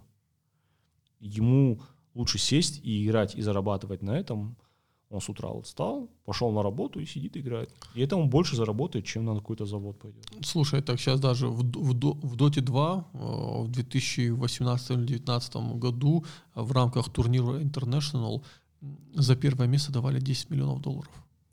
Ему лучше сесть и играть, и зарабатывать на этом. Он с утра вот встал, пошел на работу и сидит, играет. И это он больше заработает, чем на какой-то завод пойдет. Слушай, так сейчас даже в, в, в Доте два в две тысячи восемнадцатом или две тысячи девятнадцатом году в рамках турнира International за первое место давали десять миллионов долларов.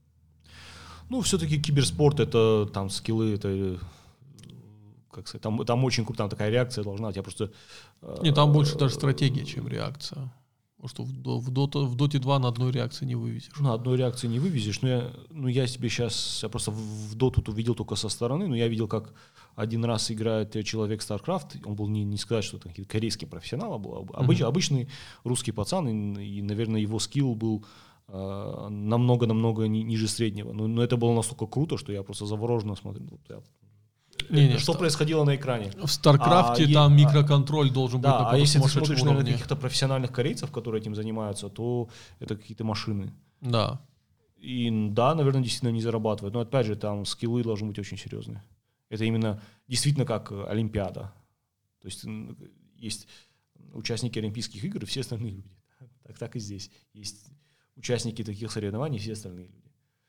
Ну, все-таки киберспорт — это там скиллы, это, как сказать, там, там очень крутая такая реакция должна быть. Я просто... Нет, там больше даже стратегия, чем реакция. Потому что в, в, Dota, в Доте два на одной реакции не вывезешь. На одной реакции не вывезешь. Но я, ну, я себе сейчас... Я просто в Доту увидел только со стороны, но я видел, как один раз играет человек StarCraft. Он был, не, не сказать, что это корейский профессионал, а был обыч, mm-hmm. обычный русский пацан, и, и, наверное, его скилл был... намного-намного ниже среднего. Но, но это было настолько круто, что я просто завороженно смотрел. Я... Не, не, что ста... происходило на экране? В Старкрафте а, там е... микроконтроль должен да, быть на а если ты смотришь, уровне. наверное, каких-то профессиональных корейцев, которые этим занимаются, то это какие-то машины. Да. И да, наверное, действительно не зарабатывают. Но опять же, там скиллы должны быть очень серьезные. Это именно действительно как Олимпиада. То есть есть участники Олимпийских игр и все остальные люди. Так, так и здесь. Есть участники таких соревнований, все остальные люди.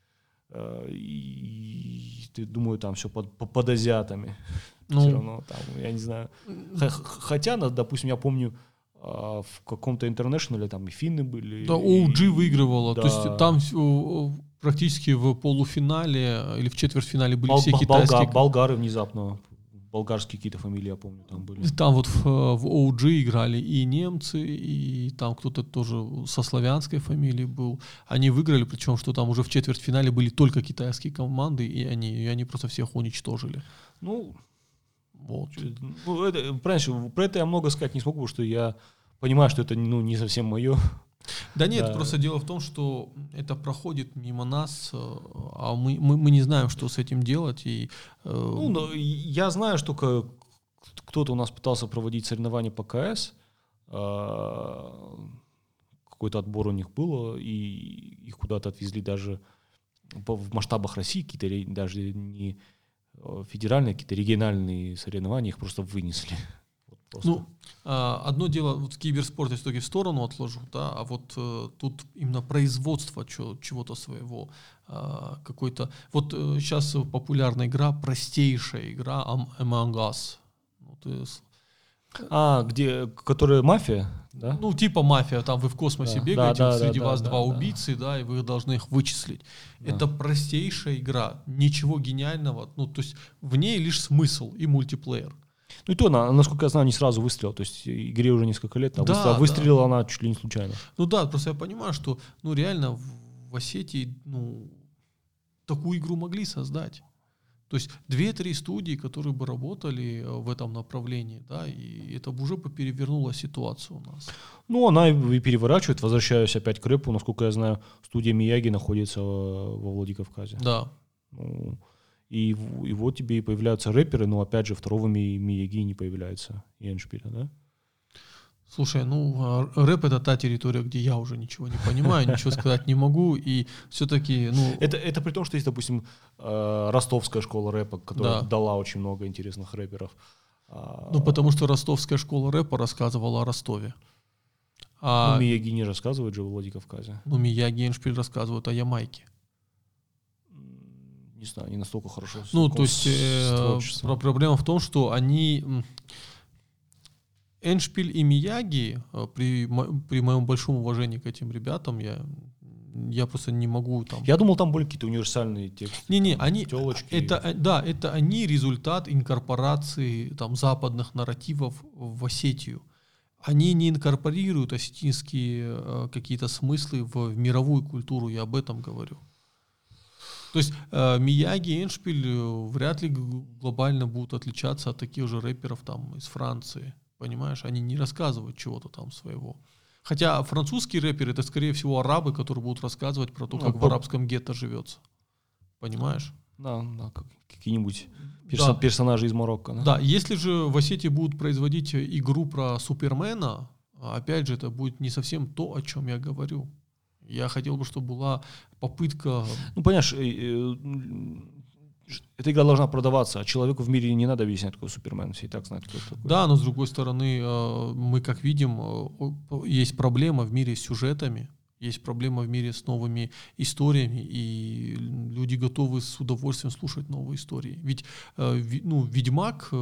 И, и думаю, там все под, под азиатами. Ну, все равно там, я не знаю. Хотя, допустим, я помню, в каком-то интернешнале там и финны были. Да, и, о джи выигрывала. Да. То есть там практически в полуфинале или в четвертьфинале были Бол- все китайские. Болгар, болгары внезапно. Болгарские какие-то фамилии, я помню, там были. Там вот в, в о джи играли и немцы, и там кто-то тоже со славянской фамилией был. Они выиграли, причем что там уже в четвертьфинале были только китайские команды, и они, и они просто всех уничтожили. Ну, вот. Ну, это, правильно, про это я много сказать не смогу, потому что я понимаю, что это ну, не совсем мое. Да нет, да. Просто дело в том, что это проходит мимо нас, а мы, мы, мы не знаем, что с этим делать. И, э... ну, но я знаю, что кто-то у нас пытался проводить соревнования по КС, какой-то отбор у них был, и их куда-то отвезли даже в масштабах России, какие-то даже не федеральные, какие-то региональные соревнования, их просто вынесли. Просто. Ну, одно дело, вот в киберспорте все-таки в сторону отложу, да, а вот э, тут именно производство чего- чего-то своего, э, какой-то... Вот э, сейчас популярная игра, простейшая игра Among Us. Ну, ты... А, где, которая мафия, да? Ну, типа мафия, там вы в космосе да, бегаете, да, да, среди да, вас да, два да, убийцы, да. да, и вы должны их вычислить. Да. Это простейшая игра, ничего гениального, ну, то есть в ней лишь смысл и мультиплеер. Ну и то, насколько я знаю, не сразу выстрелила. То есть игре уже несколько лет, а да, выстрелила да. она чуть ли не случайно. Ну да, просто я понимаю, что ну реально в Осетии ну, такую игру могли создать. То есть две-три студии, которые бы работали в этом направлении, да, и это бы уже бы перевернуло ситуацию у нас. Ну, она и переворачивает, возвращаясь опять к рэпу, насколько я знаю, студия Мияги находится во Владикавказе. Да. Ну, и, и вот тебе и появляются рэперы, но опять же второго Ми, Мияги не появляется, и Эндшпиля, да? Слушай, ну, рэп — это та территория, где я уже ничего не понимаю, ничего сказать не могу, и все-таки, ну... Это, это при том, что есть, допустим, ростовская школа рэпа, которая да. дала очень много интересных рэперов. Ну, потому что ростовская школа рэпа рассказывала о Ростове. А... Ну, Мияги не рассказывает же во Владикавказе. Ну, Мияги и Эндшпиль рассказывают о Ямайке. Не знаю, не настолько хорошо. Ну, то есть э, проблема в том, что они... Эндшпиль и Мияги, при, при моем большом уважении к этим ребятам, я, я просто не могу там... Я думал, там были какие-то универсальные тексты. Не-не, они... Телочки. Это, да, это они результат инкорпорации там, западных нарративов в Осетию. Они не инкорпорируют осетинские э, какие-то смыслы в, в мировую культуру, я об этом говорю. То есть э, Мияги и Эндшпиль вряд ли глобально будут отличаться от таких же рэперов там, из Франции. Понимаешь, они не рассказывают чего-то там своего. Хотя французские рэперы — это, скорее всего, арабы, которые будут рассказывать про то, как ну, в арабском гетто живется. Понимаешь? Да, да, какие-нибудь перso- да. персонажи из Марокко. Да? Да, если же в Осетии будут производить игру про Супермена, опять же, это будет не совсем то, о чем я говорю. Я хотел бы, чтобы была попытка... Ну, понимаешь, эта игра должна продаваться, а человеку в мире не надо объяснять, какой Супермен, все и так знают, кто это такой. Да, но с другой стороны, мы, как видим, есть проблема в мире с сюжетами, есть проблема в мире с новыми историями, и люди готовы с удовольствием слушать новые истории. Ведь ну, Ведьмак...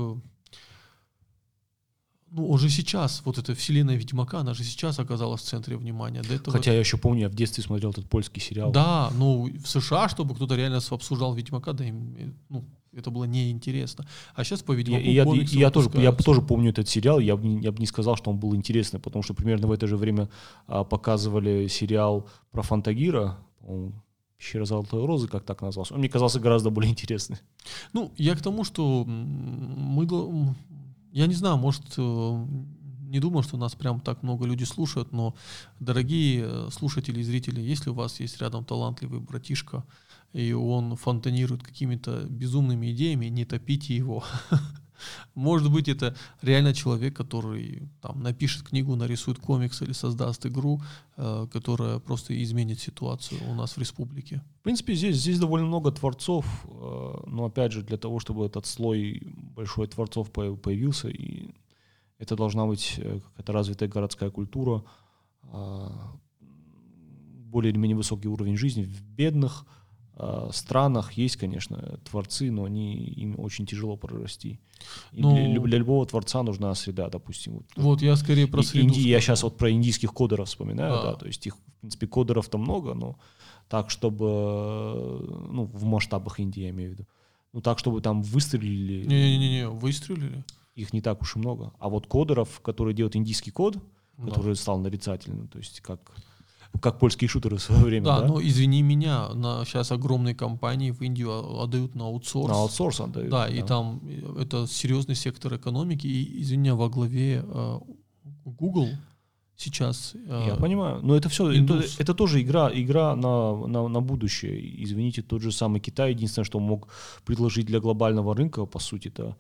Ну, он же сейчас, вот эта вселенная Ведьмака, она же сейчас оказалась в центре внимания. До этого... Хотя я еще помню, я в детстве смотрел этот польский сериал. Да, ну, в США, чтобы кто-то реально обсуждал Ведьмака, да, им, ну, это было неинтересно. А сейчас по Ведьмаку я, комиксы я, я, тоже, я тоже помню этот сериал, я бы я бы не сказал, что он был интересный, потому что примерно в это же время а, показывали сериал про Фантагира, «Пещера Золотой Розы», как так назывался. Он мне казался гораздо более интересный. Ну, я к тому, что мы... Я не знаю, может, не думаю, что нас прям так много людей слушают, но, дорогие слушатели и зрители, если у вас есть рядом талантливый братишка, и он фонтанирует какими-то безумными идеями, не топите его. Может быть, это реально человек, который там напишет книгу, нарисует комикс или создаст игру, э, которая просто изменит ситуацию у нас в республике. В принципе, здесь, здесь довольно много творцов, э, но опять же, для того, чтобы этот слой большой творцов появился, и это должна быть какая-то развитая городская культура, э, более или менее высокий уровень жизни. В бедных э, странах есть, конечно, творцы, но они, им очень тяжело прорасти. Ну, для, для любого творца нужна среда, допустим. Вот, вот я скорее про среду. Инди, я сейчас вот про индийских кодеров вспоминаю, а. да, то есть их, в принципе, кодеров-то много, но так, чтобы, ну, в масштабах Индии, я имею в виду, ну, так, чтобы там выстрелили. Не-не-не, выстрелили. Их не так уж и много. А вот кодеров, которые делают индийский код, да. который стал нарицательным, то есть как... Как польские шутеры в свое время, да? Да, но извини меня, на, сейчас огромные компании в Индию отдают на аутсорс. На аутсорс отдают. Да, да, и там это серьезный сектор экономики, и, извини меня, во главе э, Google сейчас... Э, Я понимаю, но это все, это, это тоже игра, игра на, на, на будущее. Извините, тот же самый Китай, единственное, что он мог предложить для глобального рынка, по сути, это,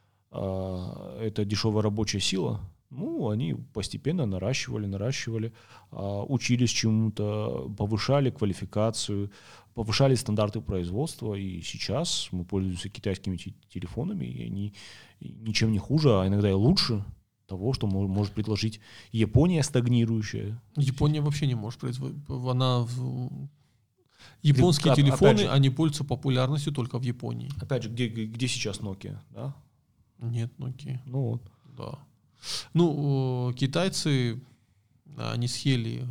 э, это дешевая рабочая сила. Ну, они постепенно наращивали, наращивали, учились чему-то, повышали квалификацию, повышали стандарты производства, и сейчас мы пользуемся китайскими телефонами, и они ничем не хуже, а иногда и лучше того, что может предложить Япония стагнирующая. Япония вообще не может производить. Она... Японские телефоны, же, они пользуются популярностью только в Японии. Опять же, где, где сейчас Nokia, да? Нет Nokia. Ну вот. Да. Ну, китайцы, они съели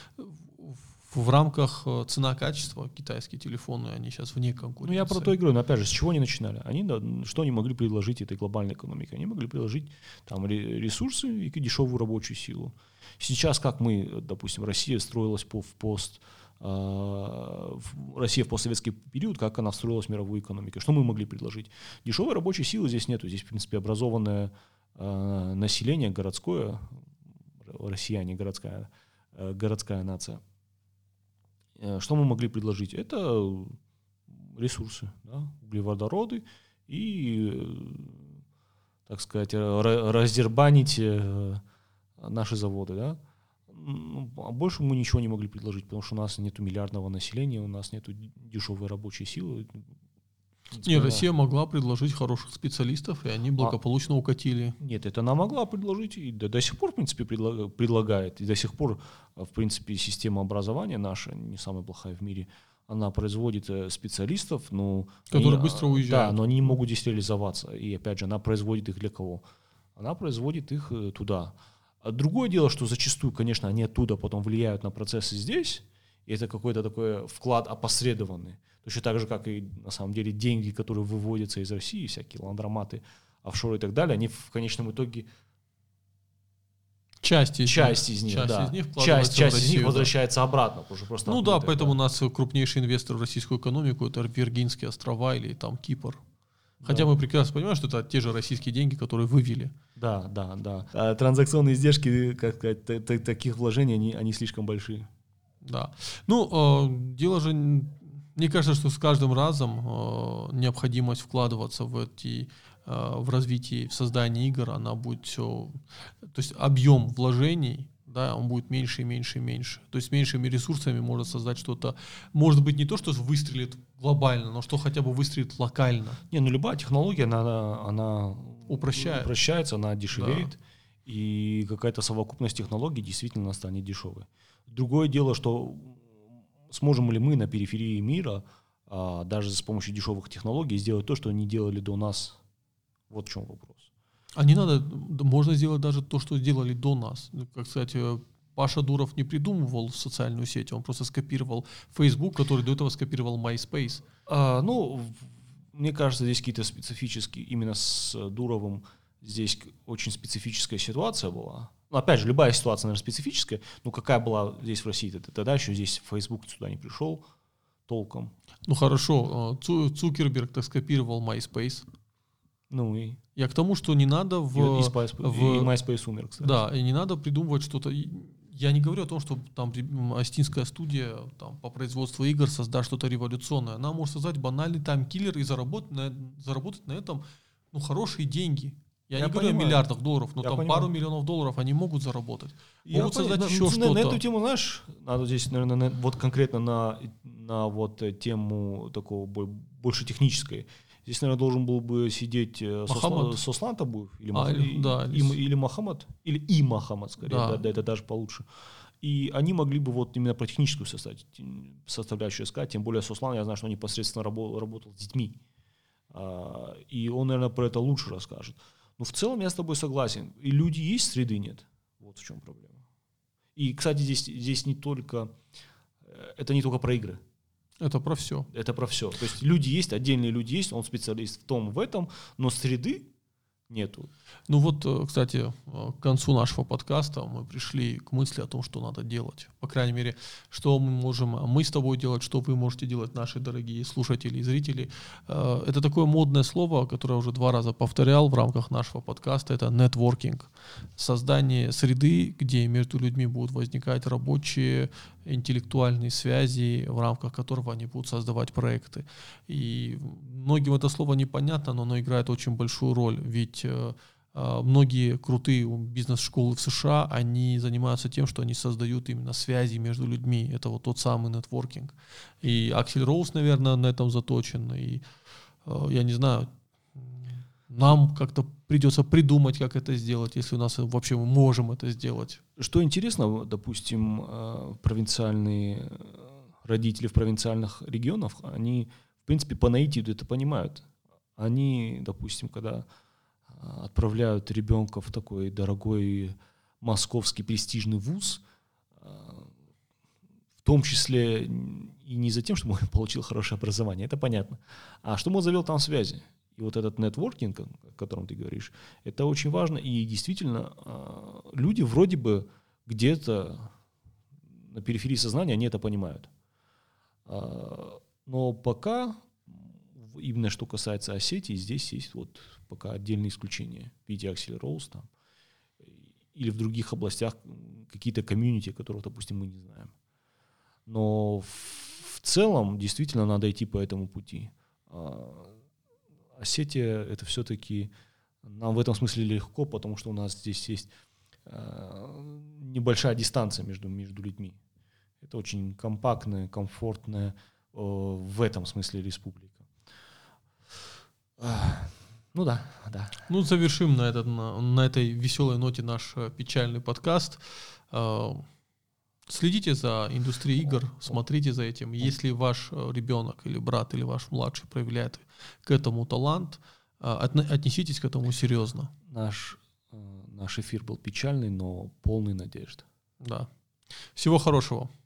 в рамках цена-качества китайские телефоны, они сейчас вне конкуренции. Ну, я про то и говорю, но опять же, с чего они начинали? Они, что они могли предложить этой глобальной экономике? Они могли предложить там ресурсы и дешевую рабочую силу. Сейчас, как мы, допустим, Россия строилась по, в пост Россия в постсоветский период, как она встроилась в мировую экономику. Что мы могли предложить? Дешевой рабочей силы здесь нету. Здесь, в принципе, образованное э, население городское, россияне, городская, э, городская нация. Что мы могли предложить? Это ресурсы, да? Углеводороды и, так сказать, раздербанить наши заводы, да? А больше мы ничего не могли предложить, потому что у нас нет миллиардного населения, у нас нет дешевой рабочей силы. Не, Россия могла предложить хороших специалистов, и они благополучно а, укатили. Нет, это она могла предложить, и до, до сих пор, в принципе, предлаг, предлагает. И до сих пор, в принципе, система образования наша, не самая плохая в мире, она производит специалистов, но которые они, быстро уезжают. Да, но они не могут здесь реализоваться. И опять же, она производит их для кого? Она производит их туда. А другое дело, что зачастую, конечно, они оттуда потом влияют на процессы здесь, и это какой-то такой вклад опосредованный. Точно так же, как и на самом деле деньги, которые выводятся из России, всякие ландроматы, офшоры и так далее, они в конечном итоге... Часть из часть них, из них, часть да. из них, часть, часть Россию, из них да. возвращается обратно. Уже просто ну да, это, поэтому да. у нас крупнейший инвестор в российскую экономику — это Виргинские острова или там Кипр. Хотя да. мы прекрасно понимаем, что это те же российские деньги, которые вывели. Да, да, да. А транзакционные издержки, как сказать, т- т- таких вложений, они, они слишком большие. Да. Ну, э, дело же, мне кажется, что с каждым разом э, необходимость вкладываться в эти, э, в развитие, в создание игр, она будет все, то есть объем вложений, да, он будет меньше и меньше и меньше. То есть с меньшими ресурсами можно создать что-то, может быть, не то, что выстрелит глобально, но что хотя бы выстрелит локально. Не, ну любая технология, она, она упрощает. упрощается, она дешевеет, Да. и какая-то совокупность технологий действительно станет дешевой. Другое дело, что сможем ли мы на периферии мира, а, даже с помощью дешевых технологий, сделать то, что они делали до нас? Вот в чем вопрос. А не надо, можно сделать даже то, что сделали до нас. Как, кстати, Паша Дуров не придумывал социальную сеть, он просто скопировал Facebook, который до этого скопировал MySpace. А, ну, мне кажется, здесь какие-то специфические, именно с Дуровым здесь очень специфическая ситуация была. Ну, опять же, любая ситуация, наверное, специфическая, но какая была здесь в России, тогда еще здесь Facebook сюда не пришел толком. Ну хорошо, Цукерберг-то скопировал MySpace. Ну и... Я к тому, что не надо в... И, и, Spice, в и MySpace умер, кстати. Да, и не надо придумывать что-то... Я не говорю о том, что там остинская студия там, по производству игр создаст что-то революционное. Она может создать банальный таймкиллер и заработать на, заработать на этом ну, хорошие деньги. Я, Я не понимаю. говорю о миллиардах долларов, но Я там понимаю. пару миллионов долларов они могут заработать. Я могут понял. создать на, еще на, что-то. На эту тему, знаешь, надо здесь, наверное, на, вот конкретно на, на вот тему такого больше технической. Здесь, наверное, должен был бы сидеть Сослан, Сослан Табуев или, а, Мах... или, да, и, или, или Мохаммад, или и Мохаммад, скорее, да. Да, да, это даже получше. И они могли бы вот именно про техническую составляющую сказать, тем более Сослан, я знаю, что он непосредственно работал, работал с детьми, и он, наверное, про это лучше расскажет. Но в целом я с тобой согласен. И люди есть, среды нет. Вот в чем проблема. И, кстати, здесь, здесь не только, это не только про игры. Это про все. Это про все. То есть люди есть, отдельные люди есть, он специалист в том, в этом, но среды нету. Ну вот, кстати, к концу нашего подкаста мы пришли к мысли о том, что надо делать. По крайней мере, что мы можем мы с тобой делать, что вы можете делать, наши дорогие слушатели и зрители. Это такое модное слово, которое я уже два раза повторял в рамках нашего подкаста, это нетворкинг. Создание среды, где между людьми будут возникать рабочие, интеллектуальные связи, в рамках которого они будут создавать проекты. И многим это слово непонятно, но оно играет очень большую роль, ведь э, многие крутые бизнес-школы в США, они занимаются тем, что они создают именно связи между людьми. Это вот тот самый нетворкинг. И Аксель Роуз, наверное, на этом заточен. И э, я не знаю, нам как-то придется придумать, как это сделать, если у нас вообще мы можем это сделать. Что интересно, допустим, провинциальные родители в провинциальных регионах, они, в принципе, по наитию это понимают. Они, допустим, когда отправляют ребенка в такой дорогой московский престижный вуз, в том числе и не за тем, чтобы он получил хорошее образование, это понятно, а чтобы он завел там связи. И вот этот нетворкинг, о котором ты говоришь, это очень важно. И действительно, люди вроде бы где-то на периферии сознания, они это понимают. Но пока, именно что касается Осетии, здесь есть вот пока отдельные исключения в виде Axel Rose там, или в других областях какие-то комьюнити, которых, допустим, мы не знаем. Но в целом действительно надо идти по этому пути. Осетия — это все-таки нам в этом смысле легко, потому что у нас здесь есть небольшая дистанция между, между людьми. Это очень компактная, комфортная в этом смысле республика. Ну да, да. Ну, завершим на, этот, на, на этой веселой ноте наш печальный подкаст. Следите за индустрией игр, смотрите за этим. Если ваш ребенок или брат или ваш младший проявляет к этому талант, отнеситесь к этому серьезно. Наш, наш эфир был печальный, но полный надежд. Да. Всего хорошего.